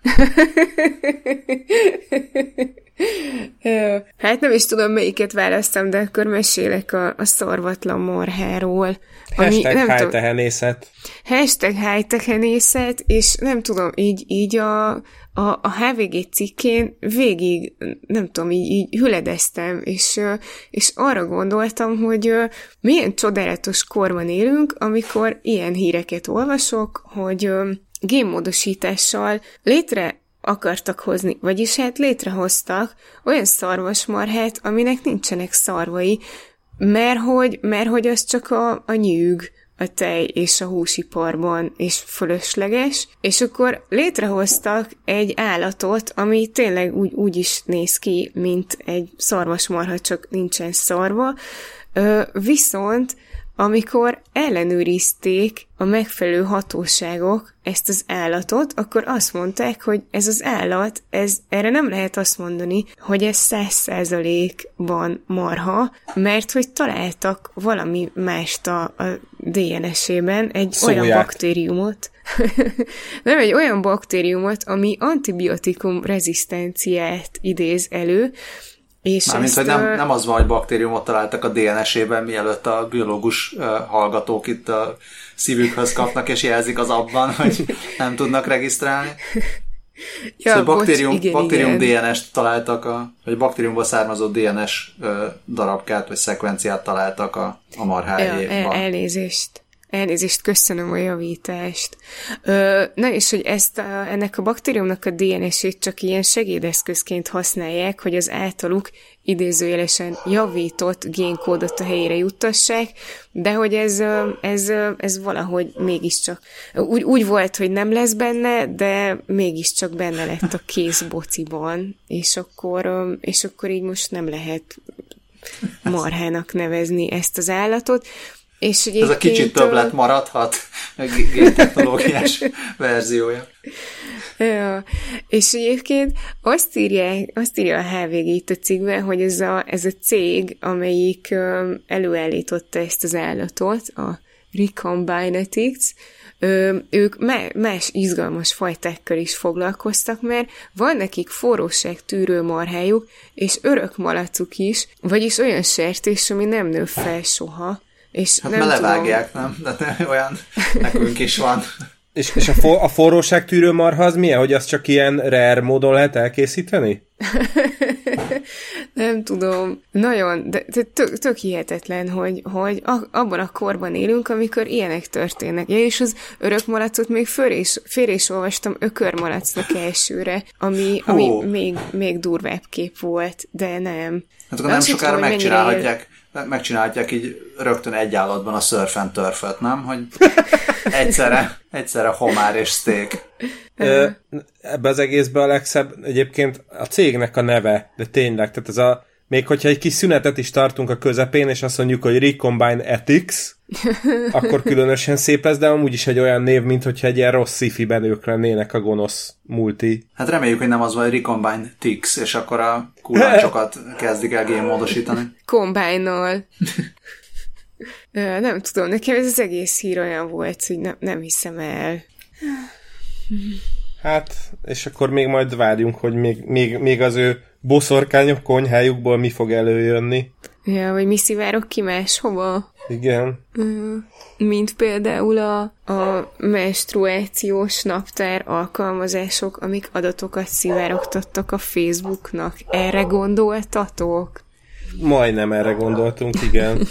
Hát nem is tudom, melyiket választam, de akkor mesélek a szarvatlan marháról. #hightehenészet. #hightehenészet, és nem tudom, így a HVG cikkén végig, nem tudom, így hüledeztem, és arra gondoltam, hogy milyen csodálatos korban élünk, amikor ilyen híreket olvasok, hogy génmódosítással létre akartak hozni, vagyis hát létrehoztak olyan szarvasmarhát, aminek nincsenek szarvai, mert hogy az csak a nyűg, a tej és a húsiparban, és fölösleges, és akkor létrehoztak egy állatot, ami tényleg úgy is néz ki, mint egy szarvasmarha, csak nincsen szarva, viszont amikor ellenőrizték a megfelelő hatóságok ezt az állatot, akkor azt mondták, hogy ez az állat, erre nem lehet azt mondani, hogy ez 100%-ban marha, mert hogy találtak valami mást a DNS-ében, egy olyan baktériumot, nem egy olyan baktériumot, ami antibiotikum rezisztenciát idéz elő, Mármint, hogy nem az van, hogy baktériumot találtak a DNS-ében, mielőtt a biológus hallgatók itt a szívükhöz kapnak, és jelzik az abban, hogy nem tudnak regisztrálni. Ja, szóval baktérium igen. DNS-t találtak, vagy baktériumból származó DNS darabkát, vagy szekvenciát találtak a marhájéban. Elnézést, köszönöm a javítást. Na és, hogy ennek a baktériumnak a DNS-ét csak ilyen segédeszközként használják, hogy az általuk idézőjelesen javított génkódot a helyére juttassák, de hogy ez valahogy mégiscsak úgy volt, hogy nem lesz benne, de mégiscsak benne lett a kész bociban, és akkor így most nem lehet marhának nevezni ezt az állatot. És ez a kicsit többlet maradhat, a géntechnológiás verziója. Ja, és egyébként azt írja a HVG itt a cikkben, hogy ez a cég, amelyik előállította ezt az állatot, a Recombinetics, ők más izgalmas fajtákkal is foglalkoztak, mert van nekik forróságtűrő marhájuk, és örök malacuk is, vagyis olyan sertés, ami nem nő fel soha. És hát levágják, nem? De olyan nekünk is van. És a forróságtűrő marha az milyen? Hogy azt csak ilyen rare módon lehet elkészíteni? Nem tudom. Nagyon, de tök hihetetlen, hogy abban a korban élünk, amikor ilyenek történnek. Ja, és az örök malacot még félre is olvastam ökörmalacnak elsőre, ami még durvább kép volt, de nem. Hát akkor nem sokára megcsinálhatják így rögtön egy állatban a surf and turfet, nem? Hogy egyszerre homár és steak. Ebbe az egészben a legszebb egyébként a cégnek a neve, de tényleg, tehát még hogyha egy kis szünetet is tartunk a közepén, és azt mondjuk, hogy Recombine Ethics, akkor különösen szép lesz, de amúgy is egy olyan név, mint hogyha egy ilyen rossz sci-fiben ők lennének a gonosz multi. Hát reméljük, hogy nem az van, hogy Recombine Tix, és akkor a kullancsokat kezdik el génmódosítani. Combine-nal. Nem tudom, nekem ez az egész hír olyan volt, hogy nem hiszem el. Hát, és akkor még majd várjunk, hogy még az ő boszorkányok konyhájukból mi fog előjönni. Ja, vagy mi szivárok ki máshova. Igen. Mint például a menstruációs naptár alkalmazások, amik adatokat szivárogtattak a Facebooknak. Erre gondoltatok? Majdnem erre gondoltunk, igen.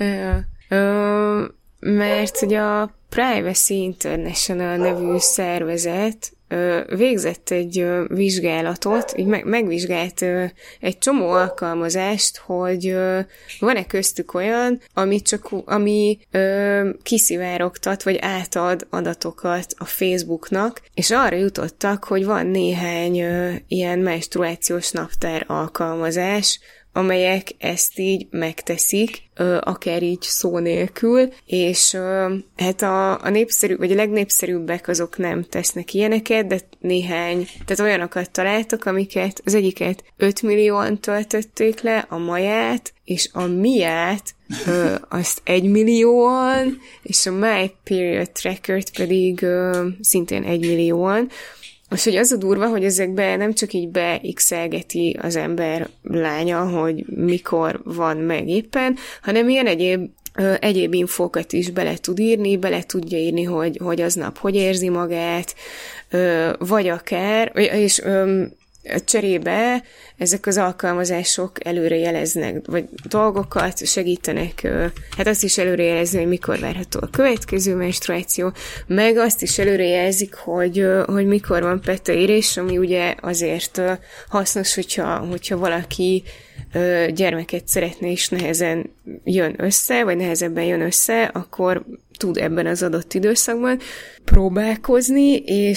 Mert ugye a Privacy International nevű szervezet végzett egy vizsgálatot, így megvizsgált egy csomó alkalmazást, hogy van-e köztük olyan, ami kiszivárogtat, vagy átad adatokat a Facebooknak, és arra jutottak, hogy van néhány ilyen menstruációs naptár alkalmazás, amelyek ezt így megteszik, akár így szó nélkül, és hát a népszerű, vagy a legnépszerűbbek azok nem tesznek ilyeneket, de tehát olyanokat találtak, amiket az egyiket 5 millióan töltötték le, a Maját, és a Miát azt 1 millióan, és a My Period Trackert pedig szintén 1 millióan. Most, hogy az a durva, hogy ezekbe nem csak így beixelgeti az ember lánya, hogy mikor van meg éppen, hanem ilyen egyéb infókat is bele tud írni, bele tudja írni, hogy aznap hogy érzi magát, vagy akár, és cserébe ezek az alkalmazások előre jeleznek, vagy dolgokat segítenek, hát azt is előre jelezni, hogy mikor várható a következő menstruáció, meg azt is előre jelzik, hogy mikor van peteérés, ami ugye azért hasznos, hogyha valaki gyermeket szeretne és nehezen jön össze, vagy nehezebben jön össze, akkor tud ebben az adott időszakban próbálkozni,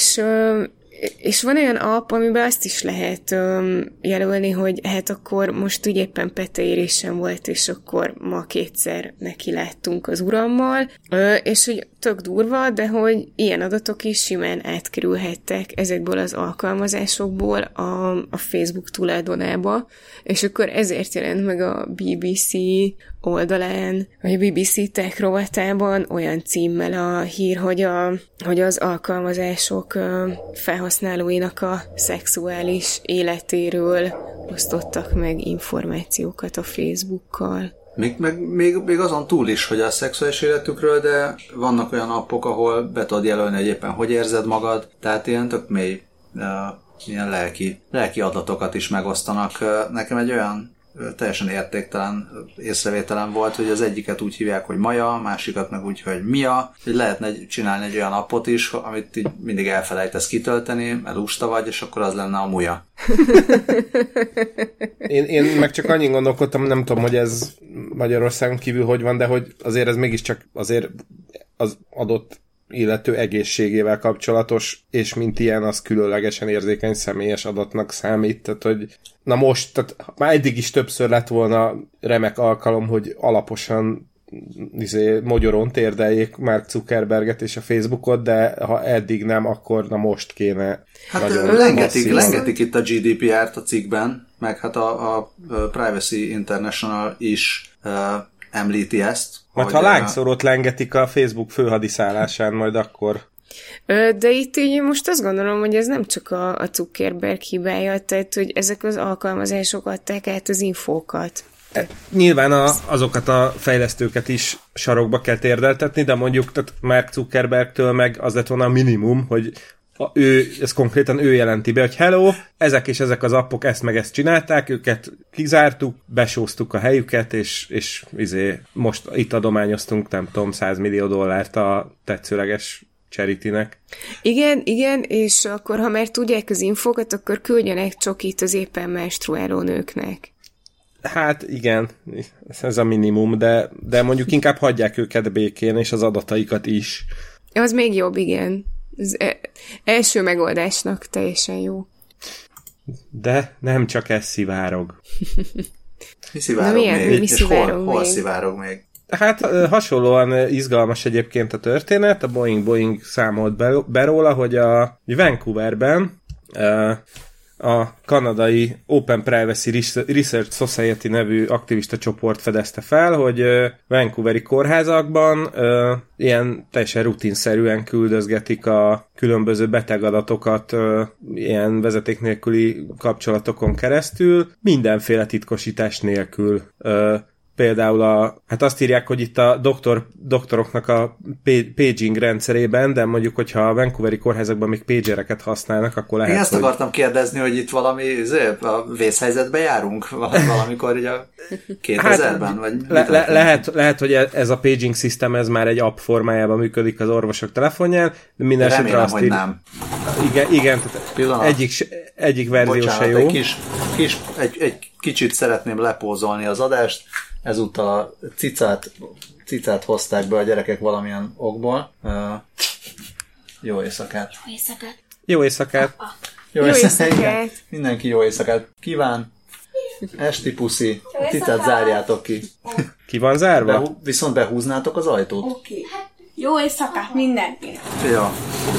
és van olyan app, amiben azt is lehet jelölni, hogy hát akkor most úgy éppen peteérésem volt, és akkor ma 2-szer neki láttunk az urammal, és hogy tök durva, de hogy ilyen adatok is simán átkerülhettek ezekből az alkalmazásokból a Facebook tulajdonába, és akkor ezért jelent meg a BBC oldalán, vagy a BBC Tech rovatában olyan címmel a hír, hogy az alkalmazások felhasználóinak a szexuális életéről osztottak meg információkat a Facebookkal. Még azon túl is, hogy a szexuális életükről, de vannak olyan appok, ahol be tudod jelölni, hogy éppen hogy érzed magad, tehát ilyen tök mély ilyen lelki adatokat is megosztanak. Nekem egy olyan teljesen értéktelen észrevételem volt, hogy az egyiket úgy hívják, hogy Maja, a másikat meg úgy, hogy Mia, hogy lehetne csinálni egy olyan appot is, amit így mindig elfelejtesz kitölteni, mert lusta vagy, és akkor az lenne a Muja. Én meg csak annyit gondolkodtam, nem tudom, hogy ez Magyarországon kívül hogy van, de hogy azért ez mégiscsak azért az adott illető egészségével kapcsolatos, és mint ilyen, az különlegesen érzékeny személyes adatnak számít, tehát hogy na most, tehát már eddig is többször lett volna remek alkalom, hogy alaposan mogyoron térdeljék Mark Zuckerberget és a Facebookot, de ha eddig nem, akkor na most kéne. Hát lengetik itt a GDPR-t a cikkben, meg hát a Privacy International is említi ezt. Majd ha lángszórót lengetik a Facebook főhadiszállásán, majd akkor... De itt így most azt gondolom, hogy ez nem csak a Zuckerberg hibája, tehát hogy ezek az alkalmazások adták át az infókat. Nyilván azokat a fejlesztőket is sarokba kell térdeltetni, de mondjuk tehát Mark Zuckerbergtől meg az lett volna a minimum, hogy ez konkrétan ő jelenti be, hogy hello, ezek és ezek az appok ezt meg ezt csinálták, őket kizártuk, besóztuk a helyüket, és most itt adományoztunk, nem tudom, $100 millió a tetszőleges charity-nek. Igen, és akkor, ha már tudják az infókat, akkor küldjenek csokit az éppen menstruáló nőknek. Hát igen, ez a minimum, de mondjuk inkább hagyják őket békén, és az adataikat is. Az még jobb, igen. Az első megoldásnak teljesen jó. De nem csak ez szivárog. Mi szivárog még? És hol szivárog még? Hát hasonlóan izgalmas egyébként a történet. A Boeing számolt be róla, hogy a Vancouverben a kanadai Open Privacy Research Society nevű aktivista csoport fedezte fel, hogy vancouveri kórházakban ilyen teljesen rutinszerűen küldözgetik a különböző betegadatokat ilyen vezeték nélküli kapcsolatokon keresztül, mindenféle titkosítás nélkül. például hát azt írják, hogy itt a doktoroknak a paging rendszerében, de mondjuk, hogyha a Vancouveri kórházakban még pagereket használnak, akkor lehet, én ezt akartam kérdezni, hogy itt valami a vészhelyzetbe járunk valamikor így a 2000-ben? Vagy lehet, hogy ez a paging system ez már egy app formájában működik az orvosok telefonján, de minden esetre azt hogy nem. Igen, egyik verzió se jó. Egy kicsit szeretném lepózolni az adást, ezúttal a cicát hozták be a gyerekek valamilyen okból. Jó éjszakát! Jó éjszakát! Jó éjszakát! Mindenki jó éjszakát kíván! Esti puszi! Cicát zárjátok ki! Ki van zárva? Viszont behúznátok az ajtót? Oké. Jó éjszakát mindenkinek! Ja.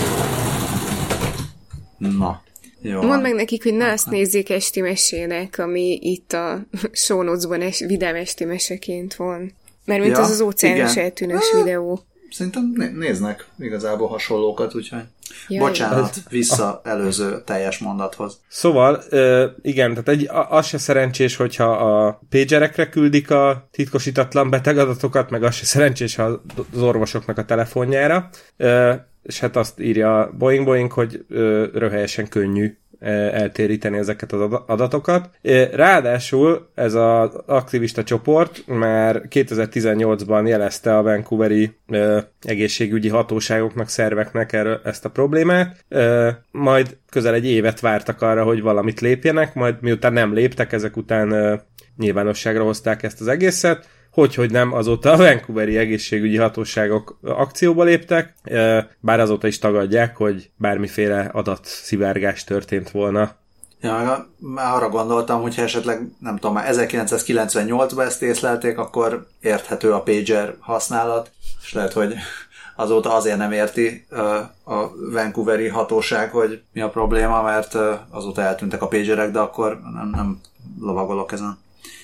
Na. Jó. Mondd meg nekik, hogy ne azt nézzék esti mesének, ami itt a show notes-ban vidám esti meseként van. Mert mint az óceános eltűnős videó. Szerintem néznek igazából hasonlókat, úgyhogy bocsánat, vissza előző teljes mondathoz. Szóval, igen, tehát az se szerencsés, hogyha a pagerekre küldik a titkosítatlan betegadatokat, meg az se szerencsés az orvosoknak a telefonjára, és hát azt írja Boeing, hogy röhelyesen könnyű eltéríteni ezeket az adatokat. Ráadásul ez az aktivista csoport már 2018-ban jelezte a vancouveri egészségügyi hatóságoknak, szerveknek ezt a problémát, majd közel egy évet vártak arra, hogy valamit lépjenek, majd miután nem léptek, ezek után nyilvánosságra hozták ezt az egészet, hogy nem, azóta a vancouveri egészségügyi hatóságok akcióba léptek, bár azóta is tagadják, hogy bármiféle adatszivárgás történt volna. Ja, már arra gondoltam, hogyha esetleg, nem tudom, már 1998-ban ezt észlelték, akkor érthető a pager használat, és lehet, hogy azóta azért nem érti a vancouveri hatóság, hogy mi a probléma, mert azóta eltűntek a pagerek, de akkor nem lovagolok ezen.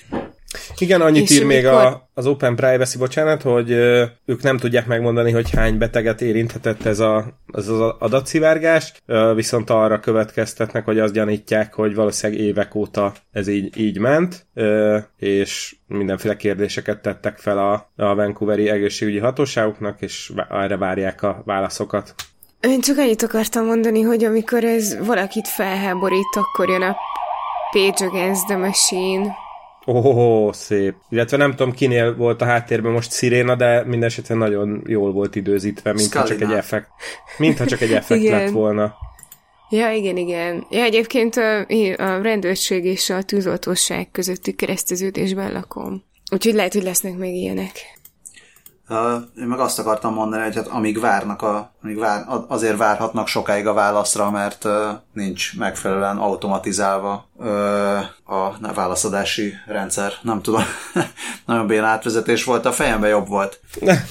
Igen, annyit ír még az Open Privacy, bocsánat, hogy ők nem tudják megmondani, hogy hány beteget érinthetett ez az adatszivárgás, viszont arra következtetnek, hogy azt gyanítják, hogy valószínűleg évek óta ez így ment, és mindenféle kérdéseket tettek fel a vancouveri egészségügyi hatóságoknak, és erre várják a válaszokat. Én csak annyit akartam mondani, hogy amikor ez valakit felháborít, akkor jön a Page Against the Machine. Szép. Illetve nem tudom, kinél volt a háttérben most sziréna, de mindesetre nagyon jól volt időzítve, mintha csak egy effekt. Mintha csak egy effekt lett volna. Ja, igen. Ja, egyébként a rendőrség és a tűzoltóság közötti kereszteződésben lakom. Úgyhogy lehet, hogy lesznek még ilyenek. Én meg azt akartam mondani, hogy hát azért várhatnak sokáig a válaszra, mert nincs megfelelően automatizálva a válaszadási rendszer. Nem tudom, nagyon béna átvezetés volt, a fejemben jobb volt.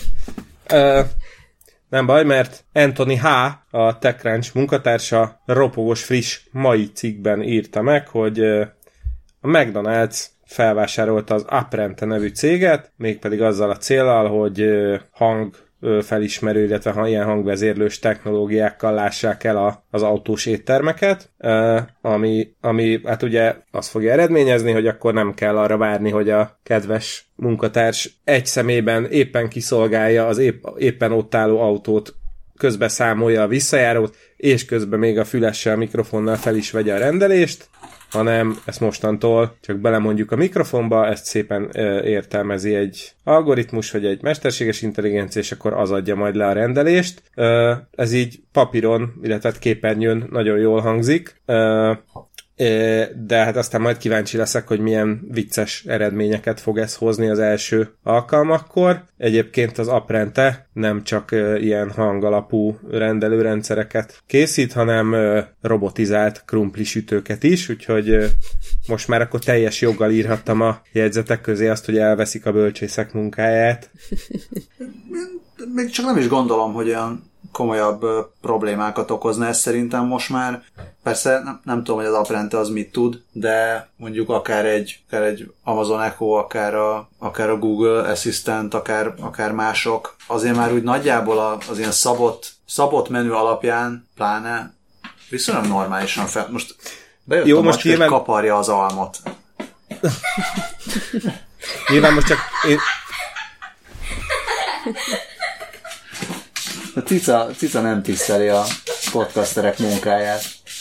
Nem baj, mert Anthony H., a TechCrunch munkatársa ropogos friss mai cikkben írta meg, hogy a McDonald's felvásárolta az Apprente nevű céget, mégpedig azzal a céllal, hogy hangfelismerő, illetve ilyen hangvezérlős technológiákkal lássák el az autós éttermeket, ami hát ugye azt fogja eredményezni, hogy akkor nem kell arra várni, hogy a kedves munkatárs egy szemében éppen kiszolgálja az éppen ott álló autót, közben számolja a visszajárót, és közben még a fülessel, mikrofonnal fel is vegye a rendelést, hanem ezt mostantól csak belemondjuk a mikrofonba, ezt szépen értelmezi egy algoritmus, vagy egy mesterséges intelligencia, és akkor az adja majd le a rendelést. Ez így papíron, illetve képernyőn nagyon jól hangzik, de hát aztán majd kíváncsi leszek, hogy milyen vicces eredményeket fog ez hozni az első alkalmakkor. Egyébként az Apprente nem csak ilyen hangalapú rendelőrendszereket készít, hanem robotizált krumplisütőket is, úgyhogy most már akkor teljes joggal írhattam a jegyzetek közé azt, hogy elveszik a bölcsészek munkáját. Még csak nem is gondolom, hogy olyan komolyabb problémákat okozna ez szerintem most már. Persze nem tudom, hogy az Apprente az mit tud, de mondjuk akár egy Amazon Echo, akár a Google Assistant, akár mások, azért már úgy nagyjából az ilyen szabott menü alapján pláne viszonylag normálisan fel. Most bejött a macska, hogy kaparja az almot. Nyilván most csak A cica nem tiszteli a podcasterek munkáját.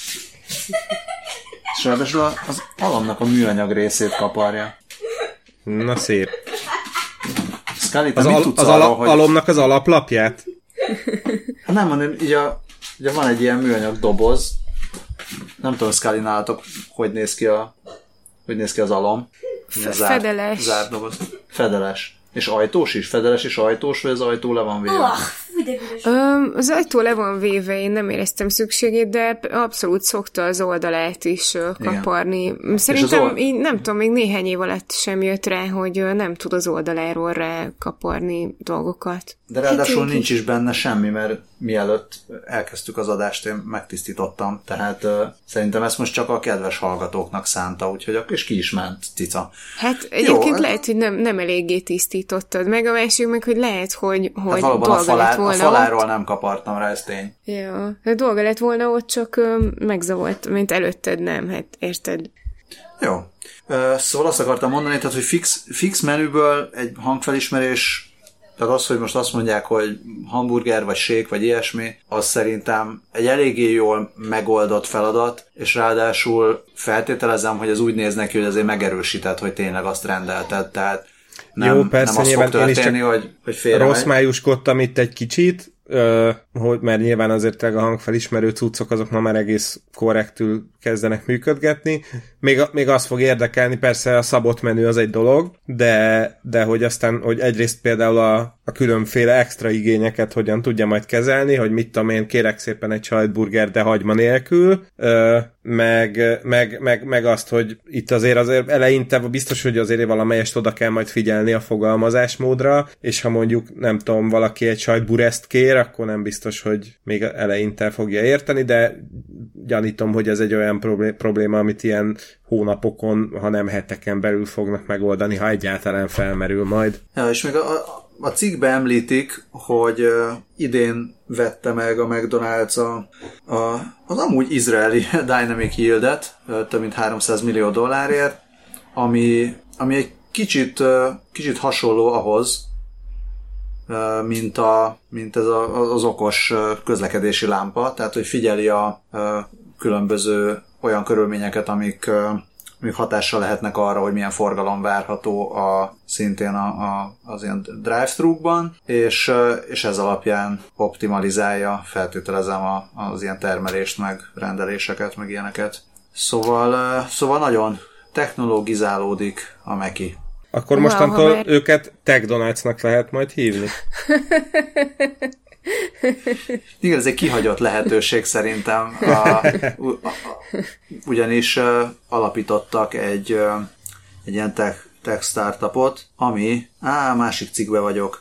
És ráadásul az alomnak a műanyag részét kaparja. Na szép. Scully, te mit tudsz arról, hogy... alomnak az alaplapját? Nem, hanem így ugye van egy ilyen műanyag doboz. Nem tudom, Scully, nálatok hogy néz ki az alom. Fedeles. Zárt doboz. Fedeles. És ajtós is? Fedeles és ajtós, vagy az ajtó le van véve? Az ajtó le van véve, én nem éreztem szükségét, de abszolút szokta az oldalát is kaparni. Igen. Szerintem, így, nem tudom, még néhány év alatt sem jött rá, hogy nem tud az oldaláról rá kaparni dolgokat. De ráadásul nincs is benne semmi, mert mielőtt elkezdtük az adást, én megtisztítottam, tehát szerintem ezt most csak a kedves hallgatóknak szánta, úgyhogy és ki is ment, cica. Hát egyébként lehet, hogy nem eléggé tisztítottad meg, a másik meg, hogy lehet, hogy hát dolga lett volna a faláról ott. Nem kapartam rá, ez tény. Ja, a dolga lett volna ott, csak megzavart, mint előtted nem, hát érted. Jó. Szóval azt akartam mondani, tehát, hogy fix menüből egy hangfelismerés. Tehát az, hogy most azt mondják, hogy hamburger, vagy shake, vagy ilyesmi, az szerintem egy eléggé jól megoldott feladat, és ráadásul feltételezem, hogy ez úgy néz neki, hogy azért megerősített, hogy tényleg azt rendelted, tehát nem, jó, persze, nem az fog történni, hogy félremegy. Rossz májuskodtam itt egy kicsit, mert nyilván azért a hangfelismerő cuccok azok ma már egész korrektül kezdenek működgetni. Még azt fog érdekelni, persze a szabott menü az egy dolog, de hogy aztán, hogy egyrészt például a különféle extra igényeket hogyan tudja majd kezelni, hogy mit tudom én, kérek szépen egy sajtburger, de hagyma nélkül, meg azt, hogy itt azért eleinte biztos, hogy azért valamelyest oda kell majd figyelni a fogalmazásmódra, és ha mondjuk, nem tudom, valaki egy sajtbureszt kér, akkor nem biztos, hogy még eleinte fogja érteni, de gyanítom, hogy ez egy olyan probléma, amit ilyen hónapokon, ha nem heteken belül fognak megoldani, ha egyáltalán felmerül majd. Ja, és még a cikkben említik, hogy idén vette meg a McDonald's az amúgy izraeli Dynamic Yield-et, több mint $300 millió, ami egy kicsit hasonló ahhoz, mint ez az okos közlekedési lámpa, tehát hogy figyeli a különböző olyan körülményeket, amik hatással lehetnek arra, hogy milyen forgalom várható szintén az ilyen drive-thru-kban, és ez alapján optimalizálja, feltételezem az ilyen termelést, meg rendeléseket, meg ilyeneket. Szóval nagyon technologizálódik a Meki. Akkor mostantól őket TechDonalds-nak lehet majd hívni. Igen, ez egy kihagyott lehetőség szerintem. Ugyanis alapítottak egy ilyen tech startupot, ami... másik cikkben vagyok.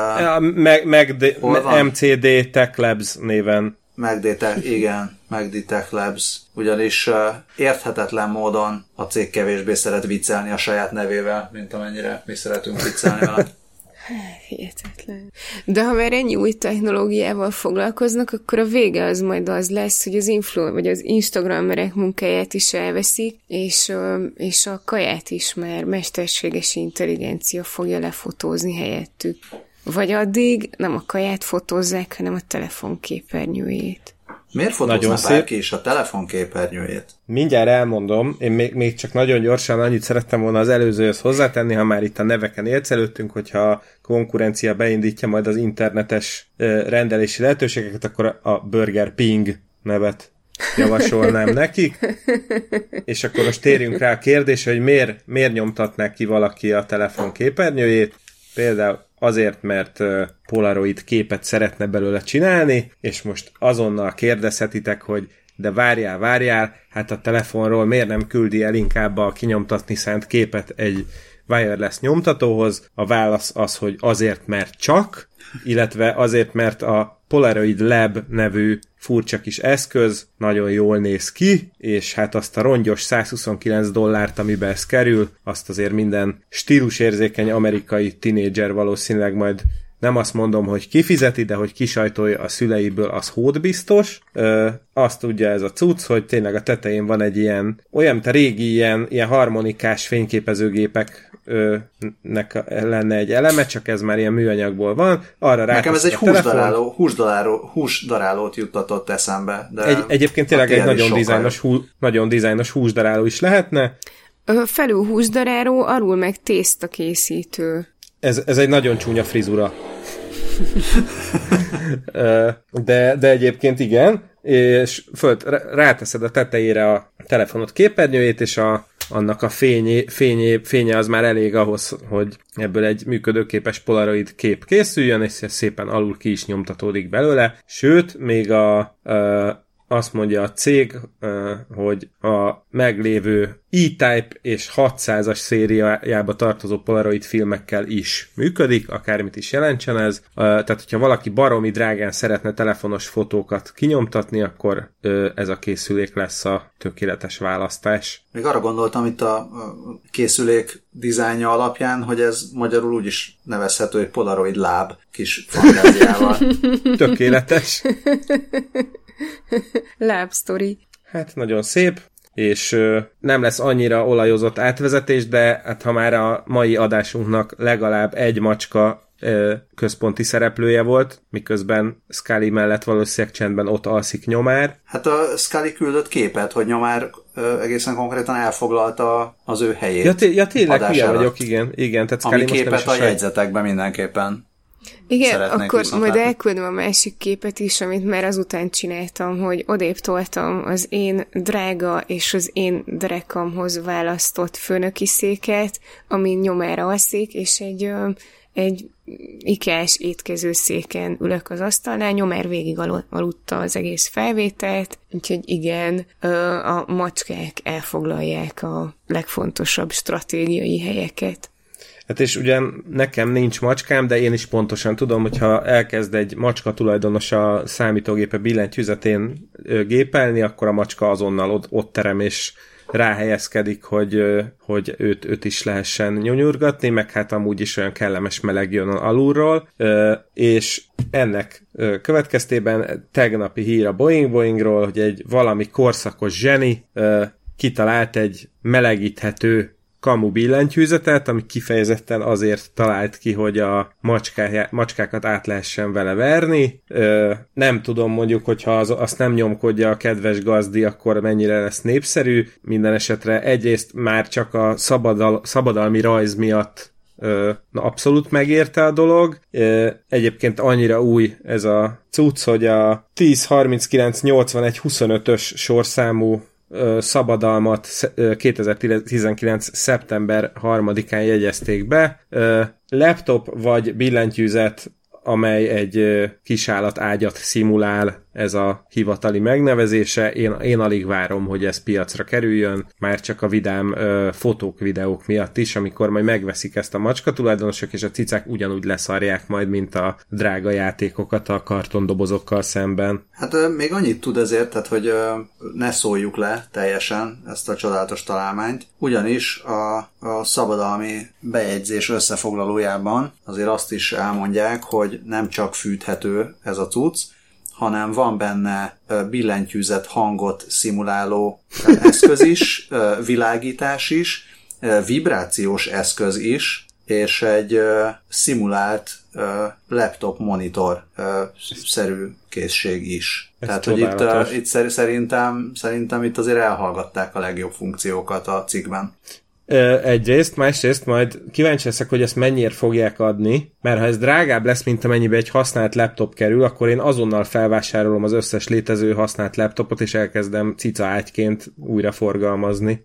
MCD Tech Labs néven. McD Tech Labs. Ugyanis érthetetlen módon a cég kevésbé szeret viccelni a saját nevével, mint amennyire mi szeretünk viccelni vele. Hihetetlen. De ha már ennyi új technológiával foglalkoznak, akkor a vége az majd az lesz, hogy vagy az Instagramerek munkáját is elveszik, és a kaját is már mesterséges intelligencia fogja lefotózni helyettük. Vagy addig nem a kaját fotózzák, hanem a telefonképernyőjét. Miért fotózna bárki is a telefonképernyőjét? Mindjárt elmondom, én még csak nagyon gyorsan annyit szerettem volna az előzőhöz hozzátenni, ha már itt a neveken élcelődtünk, hogyha a konkurencia beindítja majd az internetes rendelési lehetőségeket, akkor a Burger Ping nevet javasolnám nekik. És akkor most térjünk rá a kérdésre, hogy miért nyomtatná ki valaki a telefonképernyőjét. Például azért, mert Polaroid képet szeretne belőle csinálni, és most azonnal kérdezhetitek, hogy de várjál, hát a telefonról miért nem küldi el inkább a kinyomtatni szánt képet egy wireless nyomtatóhoz? A válasz az, hogy azért, mert csak, illetve azért, mert a Polaroid Lab nevű furcsa kis eszköz nagyon jól néz ki, és hát azt a rongyos $129, amiben ez kerül, azt azért minden stílusérzékeny amerikai tinédzser valószínűleg majd nem azt mondom, hogy kifizeti, de hogy kisajtolja a szüleiből, az hódbiztos. Azt tudja ez a cucc, hogy tényleg a tetején van egy ilyen, olyan, mint a régi ilyen harmonikás fényképezőgépek nek lenne egy eleme, csak ez már ilyen műanyagból van. Arra nekem ez egy húsdarálót juttatott eszembe. De egyébként tényleg egy nagyon dizájnos húsdaráló is lehetne. Felül húsdaráló, alul meg tésztakészítő. Ez egy nagyon csúnya frizura. de egyébként igen, és ráteszed a tetejére a telefonod képernyőjét, és annak a fénye az már elég ahhoz, hogy ebből egy működőképes polaroid kép készüljön, és szépen alul ki is nyomtatódik belőle. Sőt, még azt mondja a cég, hogy a meglévő E-Type és 600-as szériájába tartozó Polaroid filmekkel is működik, akármit is jelentsen ez. Tehát, hogyha valaki baromi drágán szeretne telefonos fotókat kinyomtatni, akkor ez a készülék lesz a tökéletes választás. Még arra gondoltam itt a készülék dizájnja alapján, hogy ez magyarul úgy is nevezhető, hogy Polaroid láb kis fantáziával. Tökéletes. Lábsztori. Hát nagyon szép, és nem lesz annyira olajozott átvezetés, de hát ha már a mai adásunknak legalább egy macska központi szereplője volt, miközben Scully mellett valószínűleg csendben ott alszik Nyomár. Hát a Scully küldött képet, hogy Nyomár egészen konkrétan elfoglalta az ő helyét. Ja tényleg, hülye vagyok, igen. Tehát Scully ami képet a jegyzetekben mindenképpen. Igen, akkor majd elküldöm a másik képet is, amit már azután csináltam, hogy odébb toltam az én drága és az én derekamhoz választott főnöki széket, amin Nyomára alszik, és egy ikás étkezőszéken ülök az asztalnál, Nyomár végig aludta az egész felvételt, úgyhogy igen, a macskák elfoglalják a legfontosabb stratégiai helyeket. Hát és ugyan nekem nincs macskám, de én is pontosan tudom, hogyha elkezd egy macska tulajdonos a számítógépe billentyűzetén gépelni, akkor a macska azonnal ott terem és ráhelyezkedik, hogy őt is lehessen nyomorgatni, meg hát amúgy is olyan kellemes meleg jön alulról, és ennek következtében tegnapi hír a Boeingról, hogy egy valami korszakos zseni kitalált egy melegíthető kamu billentyűzetet, ami kifejezetten azért talált ki, hogy a macskákat át lehessen vele verni. Nem tudom mondjuk, hogyha azt nem nyomkodja a kedves gazdi, akkor mennyire lesz népszerű. Minden esetre egyrészt már csak a szabadalmi rajz miatt abszolút megérte a dolog. Egyébként annyira új ez a cucc, hogy a 10398125-ös sorszámú szabadalmat 2019. szeptember 3-án jegyezték be. Laptop vagy billentyűzet, amely egy kisállat ágyat szimulál, ez a hivatali megnevezése. Én alig várom, hogy ez piacra kerüljön, már csak a vidám fotók, videók miatt is, amikor majd megveszik ezt a macska tulajdonosok, és a cicák ugyanúgy leszarják majd, mint a drága játékokat a kartondobozokkal szemben. Hát még annyit tud ezért, tehát, hogy ne szóljuk le teljesen ezt a csodálatos találmányt, ugyanis a szabadalmi bejegyzés összefoglalójában azért azt is elmondják, hogy nem csak fűthető ez a cucc, hanem van benne billentyűzet hangot szimuláló eszköz is, világítás is, vibrációs eszköz is, és egy szimulált laptop monitor szerű készség is. Ez tehát, hogy itt szerintem itt azért elhallgatták a legjobb funkciókat a cikkben. Egyrészt, másrészt majd kíváncsi leszek, hogy ezt mennyire fogják adni, mert ha ez drágább lesz, mint amennyibe egy használt laptop kerül, akkor én azonnal felvásárolom az összes létező használt laptopot, és elkezdem cica ágyként újra forgalmazni.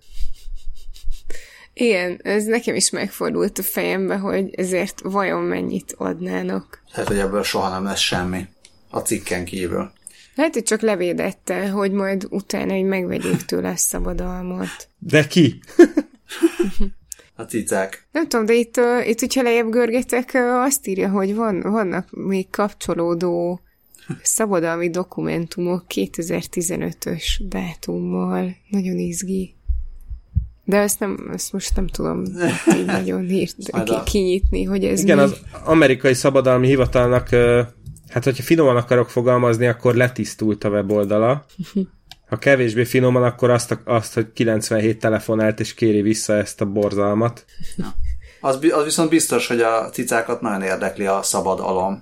Igen, ez nekem is megfordult a fejembe, hogy ezért vajon mennyit adnának. Hát, hogy ebből soha nem lesz semmi. A cikken kívül. Lehet, hogy csak levédette, hogy majd utána egy megvegyék tőle a szabadalmat. De ki? A cicák. Nem tudom, de itt hogyha lejjebb görgetek, azt írja, hogy vannak még kapcsolódó szabadalmi dokumentumok 2015-ös dátummal. Nagyon izgi. De ezt most nem tudom így nagyon kinyitni, hogy ez igen, mi. Az amerikai szabadalmi hivatalnak, hát hogyha finoman akarok fogalmazni, akkor letisztult a weboldala. Ha kevésbé finoman, akkor azt hogy 97 telefonált, és kéri vissza ezt a borzalmat. Ja. Az viszont biztos, hogy a cicákat nagyon érdekli a szabad alom.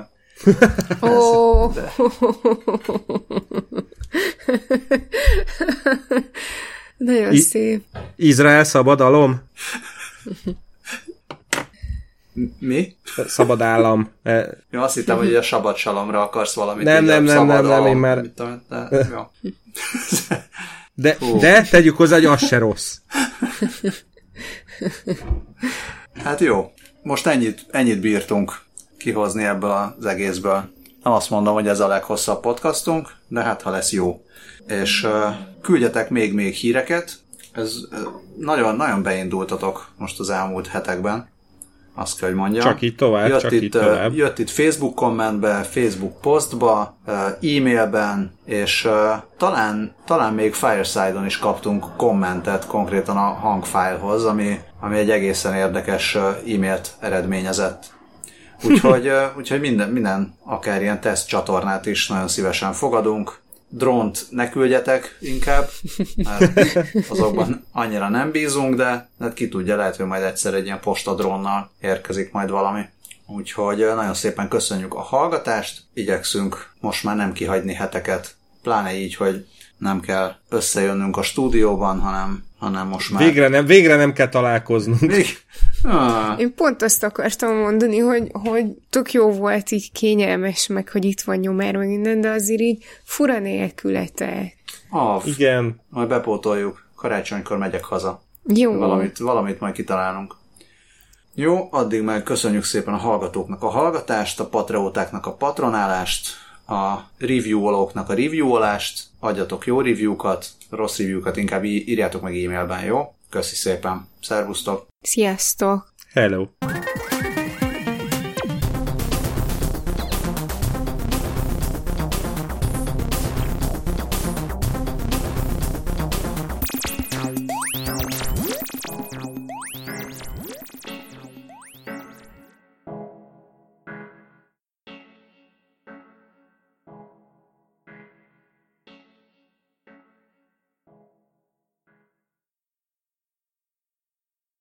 Ó! Nagyon szép. Izrael szabad alom? Mi? Szabad állam. Jó, azt hittem, hogy a sabat salomra akarsz valamit. Nem, én már... De tegyük hozzá, hogy az se rossz. Hát jó, most ennyit bírtunk kihozni ebből az egészből. Nem azt mondom, hogy ez a leghosszabb podcastunk, de hát ha lesz jó. És küldjetek még híreket. Ez nagyon beindultatok most az elmúlt hetekben. Azt kell, hogy mondjam. Csak így tovább. Jött itt Facebook kommentbe, Facebook posztba, e-mailben, és talán még Fireside-on is kaptunk kommentet konkrétan a hangfájlhoz, ami egy egészen érdekes e-mailt eredményezett. Úgyhogy minden akár ilyen teszt csatornát is nagyon szívesen fogadunk. Drónt ne küldjetek inkább, mert azokban annyira nem bízunk, de ki tudja, lehet, hogy majd egyszer egy ilyen postadrónnal érkezik majd valami. Úgyhogy nagyon szépen köszönjük a hallgatást, igyekszünk most már nem kihagyni heteket, pláne így, hogy nem kell összejönnünk a stúdióban, hanem most már... Végre nem kell találkoznunk. Én pont azt akartam mondani, hogy tök jó volt, így kényelmes, meg hogy itt van nyomár, meg minden, de azért így fura nélkületek. Igen. Majd bepótoljuk. Karácsonykor megyek haza. Jó. Valamit majd kitalálunk. Jó, addig meg köszönjük szépen a hallgatóknak a hallgatást, a patreótáknak a patronálást, a reviewolóknak a reviewolást, adjatok jó review-kat, rossz review-kat inkább írjátok meg e-mailben, jó? Köszi szépen. Szervusztok! Sziasztok! Hello!